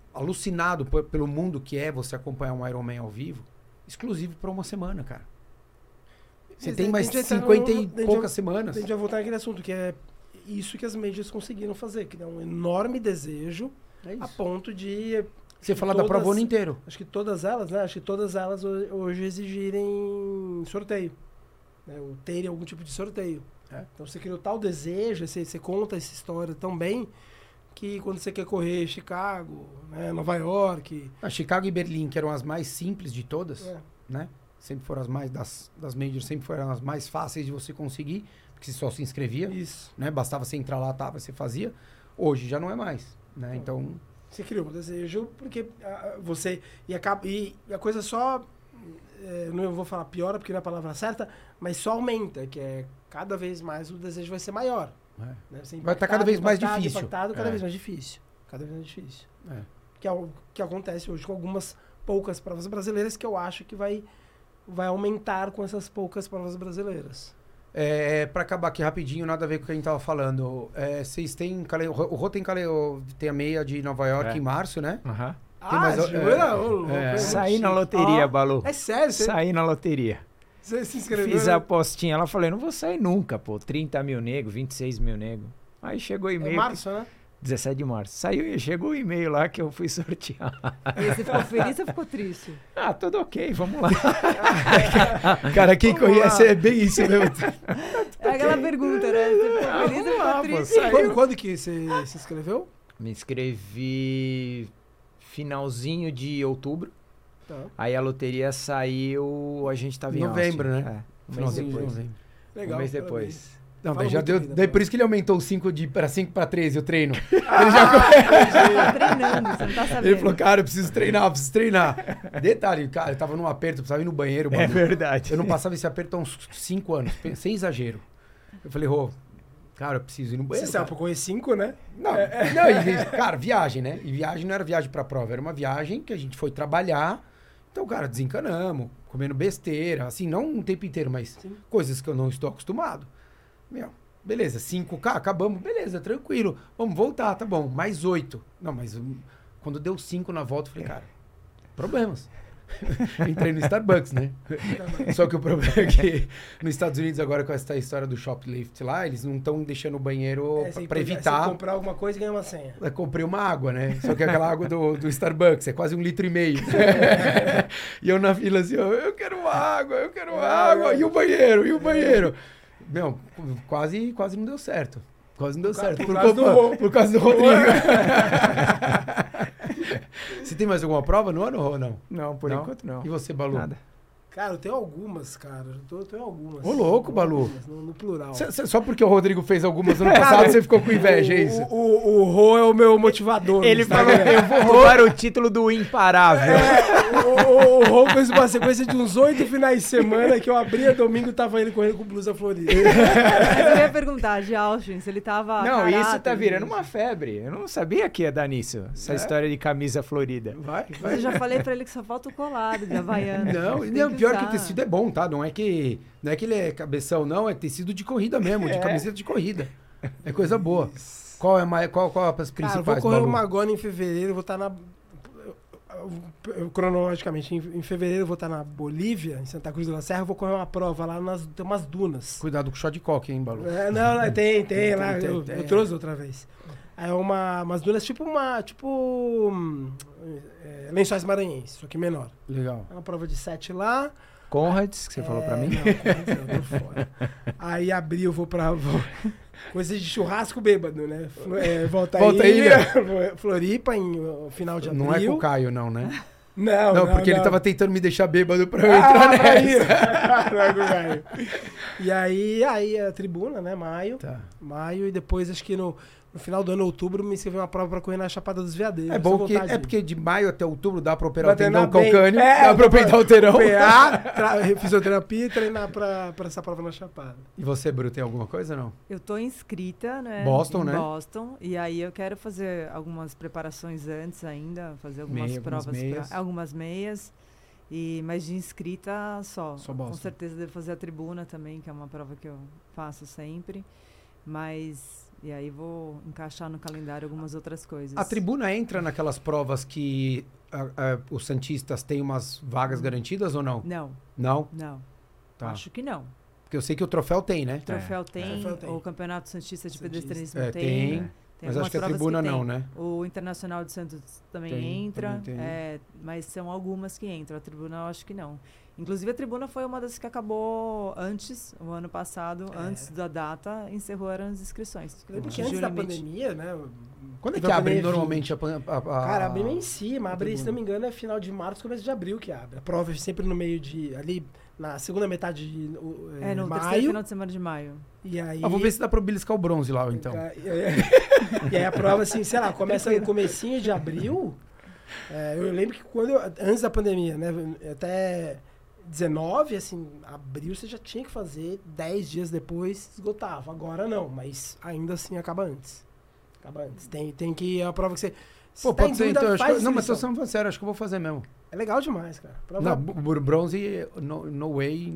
Speaker 1: alucinado p- pelo mundo que é você acompanhar um Ironman ao vivo, exclusivo para uma semana, cara. Você
Speaker 3: Mas
Speaker 1: tem
Speaker 3: aí
Speaker 1: mais
Speaker 3: a gente entra
Speaker 1: cinquenta
Speaker 3: no-
Speaker 1: e
Speaker 3: a gente
Speaker 1: poucas
Speaker 3: vai-
Speaker 1: semanas.
Speaker 3: A gente vai voltar naquele assunto, que é isso que as majors conseguiram fazer, que é um enorme desejo
Speaker 1: É
Speaker 3: a
Speaker 1: isso.
Speaker 3: ponto de...
Speaker 1: Você fala da
Speaker 3: todas-
Speaker 1: prova o ano inteiro.
Speaker 3: Acho que todas elas, né? Acho que todas elas ho- hoje exigirem sorteio. Né? Ou terem algum tipo de sorteio.
Speaker 1: É.
Speaker 3: Então você criou tal desejo, você, você conta essa história tão bem que quando você quer correr Chicago, né? Nova York...
Speaker 1: A Chicago e Berlim, que eram as mais simples de todas,
Speaker 3: É.
Speaker 1: né? Sempre foram as mais das, das majors, sempre foram as mais fáceis de você conseguir, porque você só se inscrevia,
Speaker 3: Isso.
Speaker 1: né? Bastava você entrar lá, tava, você fazia. Hoje já não é mais, né? Então,
Speaker 3: Você criou um desejo porque ah, você... E, acaba, e a coisa só... é, não vou falar piora porque não é a palavra certa, mas só aumenta, que é cada vez mais o desejo vai ser maior.
Speaker 1: é.
Speaker 3: Né? Você
Speaker 1: Vai tá cada
Speaker 3: impactado,
Speaker 1: vez mais
Speaker 3: impactado,
Speaker 1: difícil.
Speaker 3: impactado, cada
Speaker 2: É.
Speaker 3: vez mais difícil. Cada vez mais difícil.
Speaker 1: É.
Speaker 3: Que é o que acontece hoje com algumas poucas provas brasileiras, que eu acho que vai, vai aumentar com essas poucas provas brasileiras.
Speaker 1: É, para acabar aqui rapidinho, nada a ver com o que a gente tava falando. É, vocês têm. Cale- O Rô tem, Cale- tem a meia de Nova York
Speaker 2: É.
Speaker 1: em março, né?
Speaker 2: Aham.
Speaker 3: Ah,
Speaker 1: mais o-
Speaker 3: jura?
Speaker 1: é,
Speaker 3: Ô, louco,
Speaker 1: é.
Speaker 3: é muito
Speaker 2: Saí na
Speaker 3: chique.
Speaker 2: loteria,
Speaker 3: Ó,
Speaker 2: Balu.
Speaker 3: É sério? Você,
Speaker 2: Saí na loteria.
Speaker 3: você se inscreveu?
Speaker 2: Fiz
Speaker 3: né?
Speaker 2: a apostinha lá, falei, não vou sair nunca, pô. trinta mil nego, vinte e seis mil nego. Aí chegou o
Speaker 3: É
Speaker 2: e-mail.
Speaker 3: março, né?
Speaker 2: dezessete de março. Saiu, chegou o e-mail lá que eu fui sortear.
Speaker 4: E você ficou feliz ou ficou triste?
Speaker 2: Ah, tudo ok, vamos lá.
Speaker 1: Cara, quem
Speaker 2: Vamos
Speaker 1: conhece
Speaker 2: lá.
Speaker 1: é bem isso mesmo.
Speaker 4: É aquela pergunta, né? Você ficou
Speaker 2: Ah,
Speaker 4: feliz ou
Speaker 2: vamos lá,
Speaker 4: ficou
Speaker 2: pô,
Speaker 4: triste?
Speaker 2: saiu.
Speaker 3: Quando, quando que você se inscreveu?
Speaker 2: Me inscrevi finalzinho de outubro.
Speaker 3: Tá.
Speaker 2: Aí a loteria saiu, a gente tava em
Speaker 1: Novembro,
Speaker 2: Austin.
Speaker 1: né?
Speaker 2: É, um mês
Speaker 1: Finalzinho de
Speaker 2: depois.
Speaker 1: novembro.
Speaker 3: Legal.
Speaker 2: um mês
Speaker 3: parabéns.
Speaker 2: depois.
Speaker 1: Não,
Speaker 3: Fala
Speaker 1: daí já
Speaker 3: muito
Speaker 1: deu.
Speaker 3: bem da
Speaker 1: Daí
Speaker 3: prova.
Speaker 1: por isso que ele aumentou o cinco de, para cinco para treze o treino.
Speaker 4: Você tá treinando, você não tá sabendo.
Speaker 1: Ele falou, cara, eu preciso treinar, eu preciso treinar. Detalhe, cara, eu tava num aperto, eu precisava ir no banheiro.
Speaker 2: É
Speaker 1: Mano.
Speaker 2: verdade.
Speaker 1: Eu não passava esse aperto há uns cinco anos, sem exagero. Eu falei, Rô, cara, eu preciso ir no
Speaker 3: Você
Speaker 1: banheiro.
Speaker 3: saiu
Speaker 1: cara.
Speaker 3: pra correr cinco, né?
Speaker 1: Não, não e, cara, viagem, né? E viagem não era viagem pra prova, era uma viagem que a gente foi trabalhar. Então, cara, desencanamos, comendo besteira, assim, não um tempo inteiro, mas
Speaker 3: Sim.
Speaker 1: coisas que eu não estou acostumado. Meu, beleza, cinco K, acabamos, beleza, tranquilo. Vamos voltar, tá bom, mais oito. Não, mas hum, quando deu cinco na volta, eu falei, cara, problemas. Entrei no Starbucks, né? Só que o problema é que nos Estados Unidos, agora com essa história do shoplift lá, eles não estão deixando o banheiro
Speaker 3: É,
Speaker 1: pra,
Speaker 3: você
Speaker 1: pra
Speaker 3: podia-
Speaker 1: evitar.
Speaker 3: Você comprar alguma coisa e ganhar uma senha.
Speaker 1: Eu comprei uma água, né? Só que aquela água do, do Starbucks é quase um litro e meio. E eu na fila assim, ó, eu quero água, eu quero água. E o banheiro, e o banheiro. Meu, quase, quase não deu certo. Quase não deu
Speaker 3: Por ca-
Speaker 1: certo.
Speaker 3: por causa do Rô.
Speaker 1: por causa do Rodrigo. Você tem mais alguma prova no ano ou não?
Speaker 2: Não, por
Speaker 1: Não?
Speaker 2: enquanto não.
Speaker 1: E você, Balu?
Speaker 2: Nada.
Speaker 3: Cara, eu tenho algumas, cara. Eu tô- eu tenho algumas.
Speaker 1: Ô, louco, Balu.
Speaker 3: Algumas, No, no plural.
Speaker 1: Cê- cê- só porque o Rodrigo fez algumas no ano passado, você ficou com inveja, é isso?
Speaker 3: O, o, o Rô é o meu motivador.
Speaker 2: Ele
Speaker 3: no
Speaker 2: falou,
Speaker 3: Instagram.
Speaker 2: eu vou roubar o título do imparável.
Speaker 3: É, o, o, o Rô fez uma sequência de uns oito finais de semana que eu abria domingo e tava ele correndo com blusa florida.
Speaker 4: Mas eu ia perguntar de Austin, se ele tava.
Speaker 2: Não,
Speaker 4: caráter,
Speaker 2: isso tá virando
Speaker 4: gente.
Speaker 2: uma febre. Eu não sabia que ia dar nisso. Essa
Speaker 1: É?
Speaker 2: história de camisa florida.
Speaker 1: Vai,
Speaker 4: Mas eu já falei pra ele que só falta o colado de Havaiana.
Speaker 1: Não,
Speaker 4: Tem
Speaker 1: não pior que o
Speaker 4: usar.
Speaker 1: tecido é bom, tá? Não é que não é que ele é cabeção, não, é tecido de corrida mesmo, de
Speaker 2: É.
Speaker 1: camiseta de corrida. É coisa boa. Qual é mais, qual, qual as
Speaker 3: Cara, eu
Speaker 1: principais,
Speaker 3: vou correr
Speaker 1: Balu?
Speaker 3: uma agora em fevereiro, vou estar na. eu- eu- cronologicamente, em, em fevereiro eu vou estar na Bolívia, em Santa Cruz da Serra, eu vou correr uma prova lá, nas, tem umas dunas.
Speaker 1: Cuidado com o shot de coque, hein, Balu?
Speaker 3: É, não, não, tem, tem, lá,
Speaker 1: Tem,
Speaker 3: eu,
Speaker 1: tem.
Speaker 3: eu trouxe outra vez. Aí é uma, umas dunas tipo uma, tipo, hum, é, Lençóis Maranhenses, só que menor.
Speaker 1: Legal.
Speaker 3: É uma prova de sete lá.
Speaker 2: Conrads, que você falou pra
Speaker 3: É,
Speaker 2: mim.
Speaker 3: Não, não, eu tô fora. Aí abril eu vou pra... Vou, coisa de churrasco bêbado, né? Flo- é, volta,
Speaker 1: Volta
Speaker 3: a ilha,
Speaker 1: Ilha.
Speaker 3: Floripa em uh, final de abril.
Speaker 1: Não é com o Caio, não, né?
Speaker 3: Não,
Speaker 1: Não,
Speaker 3: não,
Speaker 1: porque ele
Speaker 3: não.
Speaker 1: tava tentando me deixar bêbado pra eu
Speaker 3: Ah,
Speaker 1: entrar
Speaker 3: pra
Speaker 1: nessa.
Speaker 3: ir. Não é com o Caio. E aí, aí a tribuna, né? Maio.
Speaker 1: Tá.
Speaker 3: Maio e depois, acho que no, no final do ano, outubro, me inscrevi uma prova pra correr na Chapada dos Veadeiros.
Speaker 1: É bom
Speaker 3: Sem
Speaker 1: que
Speaker 3: vontade
Speaker 1: é
Speaker 3: de-
Speaker 1: porque de maio até outubro dá pra operar
Speaker 3: Pra
Speaker 1: o tendão
Speaker 3: treinar bem.
Speaker 1: calcâneo,
Speaker 3: É,
Speaker 1: dá pra operar o terão.
Speaker 3: P A, tra- fisioterapia e treinar pra, pra essa prova na Chapada.
Speaker 1: E você, Bru, tem alguma coisa ou não?
Speaker 4: Eu tô inscrita, né?
Speaker 1: Boston,
Speaker 4: em
Speaker 1: né?
Speaker 4: Boston. E aí eu quero fazer algumas preparações antes ainda, fazer algumas
Speaker 1: Meia, algumas
Speaker 4: provas,
Speaker 1: meias.
Speaker 4: pra, algumas meias. E, mas de inscrita só.
Speaker 1: Só Boston.
Speaker 4: Com certeza devo fazer a tribuna também, que é uma prova que eu faço sempre. Mas E aí vou encaixar no calendário algumas outras coisas.
Speaker 1: A tribuna entra naquelas provas que a, a, os santistas têm umas vagas garantidas ou não?
Speaker 4: Não,
Speaker 1: Não?
Speaker 4: não.
Speaker 1: Tá.
Speaker 4: Acho que não.
Speaker 1: Porque eu sei que o troféu tem, né?
Speaker 4: O troféu, tem,
Speaker 3: Troféu tem.
Speaker 4: o Campeonato Santista de
Speaker 3: Santista.
Speaker 4: Pedestrianismo
Speaker 1: É,
Speaker 4: tem.
Speaker 1: tem.
Speaker 4: Tem
Speaker 1: Mas
Speaker 4: algumas
Speaker 1: acho que a
Speaker 4: provas
Speaker 1: tribuna
Speaker 4: tem.
Speaker 1: não, né?
Speaker 4: O Internacional de Santos também
Speaker 1: Tem,
Speaker 4: entra,
Speaker 1: também tem.
Speaker 4: é, mas são algumas que entram. A tribuna eu acho que não. Inclusive a tribuna foi uma das que acabou antes, o ano passado,
Speaker 3: É.
Speaker 4: antes da data, encerrou as inscrições.
Speaker 3: Eu lembro que
Speaker 4: Tinha
Speaker 3: antes
Speaker 4: o
Speaker 3: da
Speaker 4: limite.
Speaker 3: pandemia, né?
Speaker 1: Quando é
Speaker 3: teve
Speaker 1: que
Speaker 3: a
Speaker 1: abre
Speaker 3: pandemia
Speaker 1: normalmente a, a, a...
Speaker 3: Cara, abre em cima, abre,
Speaker 1: tribuna.
Speaker 3: se não me engano, é final de março, começo de abril que abre. A prova é sempre no meio de, ali, na segunda metade de uh,
Speaker 4: É, no terceiro
Speaker 3: maio.
Speaker 4: final de semana de maio.
Speaker 3: E aí...
Speaker 1: Ah, vou ver se dá pra beliscar o bronze lá, então.
Speaker 3: E aí a prova, assim, sei lá, começa no comecinho de abril. É, eu lembro que quando, eu, antes da pandemia, né, até dezenove, assim, abril você já tinha que fazer, dez dias depois esgotava. Agora não, mas ainda assim acaba antes. Acaba antes. Tem, tem que, é a prova que você... se
Speaker 1: Pô,
Speaker 3: tá
Speaker 1: pode
Speaker 3: em
Speaker 1: ser,
Speaker 3: dúvida,
Speaker 1: então. Acho
Speaker 3: faz
Speaker 1: que, não, mas tô
Speaker 3: inscrição.
Speaker 1: sendo falando sério, acho que eu vou fazer mesmo.
Speaker 3: É legal demais, cara. Prova...
Speaker 1: Não, b- bronze, no, no way.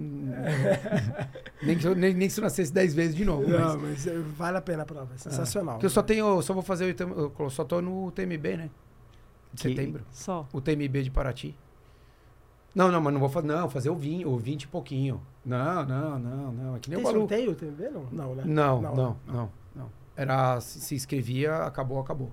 Speaker 1: nem, que eu, nem, nem se eu nascesse dez vezes de novo.
Speaker 3: Não,
Speaker 1: Mas,
Speaker 3: mas é, vale a pena a prova, é sensacional.
Speaker 1: porque eu só tenho, só vou fazer, o I T M eu só tô no T M B, né? De
Speaker 2: Que-
Speaker 1: setembro.
Speaker 4: Só.
Speaker 1: O T M B de Paraty. Não, não, mas não vou fazer, não, fazer o vinte, o vinte e pouquinho. Não, não, não, não. É que nem
Speaker 3: Tem
Speaker 1: o Balu.
Speaker 3: sorteio o T M B? Não, não, né?
Speaker 1: Não,
Speaker 3: Não,
Speaker 1: não, não, não. Era, se, se inscrevia, acabou, acabou.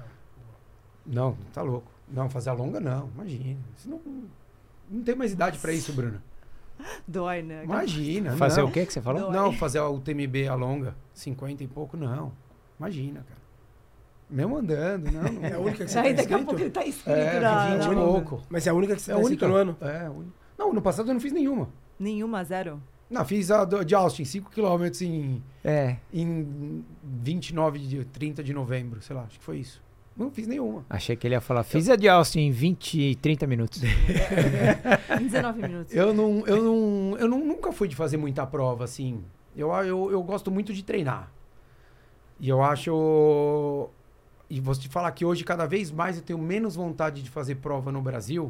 Speaker 1: Não, tá louco. Não, fazer a longa, não. Imagina. Isso não, não tem mais idade pra isso, Bruna.
Speaker 4: Dói, né?
Speaker 1: Imagina.
Speaker 2: Fazer
Speaker 1: não.
Speaker 2: o que que você falou?
Speaker 4: Não.
Speaker 1: Não, fazer o T M B a longa, cinquenta e pouco, não. Imagina, cara. Mesmo andando, não. não.
Speaker 3: É a única que você
Speaker 4: Aí
Speaker 3: tá
Speaker 4: daqui a
Speaker 3: inscrito?
Speaker 4: pouco ele tá inscrito
Speaker 1: É,
Speaker 4: na...
Speaker 1: vinte e
Speaker 4: na-
Speaker 1: pouco.
Speaker 3: Mas é a única que você
Speaker 1: É a
Speaker 3: tá
Speaker 1: única.
Speaker 3: inscrito no ano?
Speaker 1: É, a única. Não, no passado eu não fiz nenhuma.
Speaker 4: Nenhuma, zero?
Speaker 1: Não, fiz a do- de Austin, cinco quilômetros em,
Speaker 2: É,
Speaker 1: em vinte e nove de trinta de novembro, sei lá, acho que foi isso. Não fiz nenhuma.
Speaker 2: achei que ele ia falar. Fiz a de Austin em vinte, trinta minutos.
Speaker 4: Em dezenove minutos.
Speaker 1: Eu não, eu não, eu não, nunca fui de fazer muita prova, assim. Eu, eu, eu gosto muito de treinar. E eu acho... E vou te falar que hoje, cada vez mais, eu tenho menos vontade de fazer prova no Brasil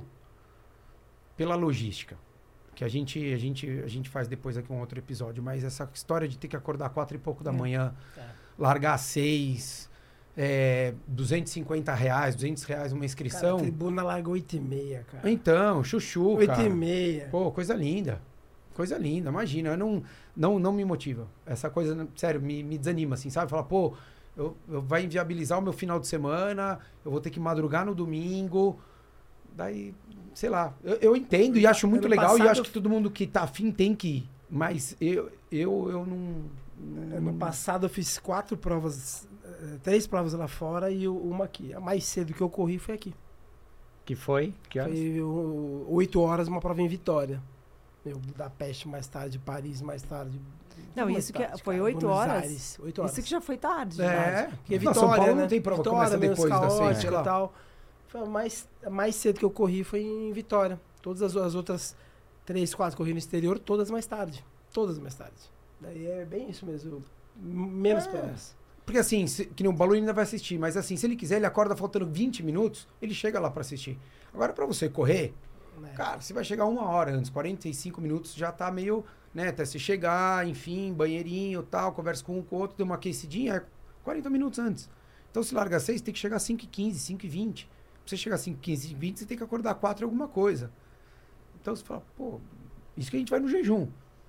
Speaker 1: pela logística. Que a gente, a gente, a gente faz depois aqui um outro episódio. Mas essa história de ter que acordar quatro e pouco da
Speaker 4: É.
Speaker 1: manhã,
Speaker 3: É.
Speaker 1: largar às seis, é, duzentos e cinquenta reais, duzentos reais uma
Speaker 3: Cara, a
Speaker 1: inscrição.
Speaker 3: tribuna larga oito e meia, cara.
Speaker 1: Então, chuchu,
Speaker 3: oito
Speaker 1: cara.
Speaker 3: e meia.
Speaker 1: Pô, coisa linda. Coisa linda, imagina. Eu não, não, não me motiva. Essa coisa, sério, me, me desanima, assim, sabe? Fala, pô, eu, eu vai inviabilizar o meu final de semana, eu vou ter que madrugar no domingo. Daí, sei lá. Eu, eu entendo e acho muito
Speaker 3: Ano
Speaker 1: legal e
Speaker 3: passado-
Speaker 1: acho que todo mundo que tá afim tem que ir. Mas eu, eu, eu não...
Speaker 3: Ano passado eu fiz quatro provas, eh, três provas lá fora e u- uma aqui. A mais cedo que eu corri foi aqui.
Speaker 2: Que foi? Que horas?
Speaker 3: Foi o- oito horas, uma prova em Vitória. Eu, Budapeste mais tarde, Paris mais tarde.
Speaker 4: Não,
Speaker 3: mais
Speaker 4: isso que é-
Speaker 3: tarde,
Speaker 4: foi
Speaker 3: cara,
Speaker 4: oito
Speaker 3: Buenos
Speaker 4: horas?
Speaker 3: Aires, oito horas.
Speaker 4: Isso que já foi tarde.
Speaker 1: É,
Speaker 3: Porque
Speaker 1: não,
Speaker 3: Vitória,
Speaker 1: São Paulo
Speaker 3: né?
Speaker 1: não tem prova que
Speaker 3: Vitória,
Speaker 1: começa
Speaker 3: menos
Speaker 1: depois das seis,
Speaker 3: caótica
Speaker 1: sei lá.
Speaker 3: e tal. Foi a mais, a mais cedo que eu corri foi em Vitória. Todas as, as outras três, quatro corri no exterior, todas mais tarde. Todas mais tarde. Daí é bem isso mesmo. Menos
Speaker 1: É.
Speaker 3: provas.
Speaker 1: Porque assim, se, que nem o Balu ainda vai assistir, mas assim, se ele quiser, ele acorda faltando vinte minutos, ele chega lá pra assistir. Agora, pra você correr,
Speaker 3: Né?
Speaker 1: cara, você vai chegar uma hora antes, quarenta e cinco minutos, já tá meio, né, até você chegar, enfim, banheirinho e tal, conversa com um com o outro, deu uma aquecidinha, é quarenta minutos antes. Então, se larga seis, tem que chegar às cinco e quinze, cinco e vinte. Pra você chegar às cinco e quinze, cinco e vinte, você tem que acordar quatro alguma coisa. Então, você fala, pô, isso que a gente vai no jejum.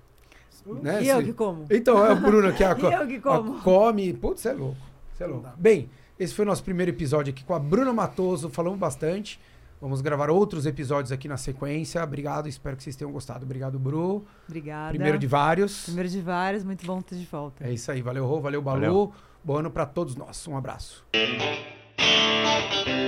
Speaker 1: Né?
Speaker 4: E eu
Speaker 1: Se-
Speaker 4: que como?
Speaker 1: Então, é o Bruno que a,
Speaker 4: E eu que como?
Speaker 1: a- come. Putz, você é louco. Você é
Speaker 3: Não
Speaker 1: louco.
Speaker 3: dá.
Speaker 1: Bem, esse foi o nosso primeiro episódio aqui com a Bruna Matoso. Falamos bastante. Vamos gravar outros episódios aqui na sequência. Obrigado, espero que vocês tenham gostado. Obrigado, Bru.
Speaker 4: Obrigada.
Speaker 1: Primeiro de vários.
Speaker 4: Primeiro de vários, muito bom ter de volta.
Speaker 1: É isso aí. Valeu, Rô. Valeu, Balu.
Speaker 2: Valeu.
Speaker 1: Bom ano pra todos nós. Um abraço.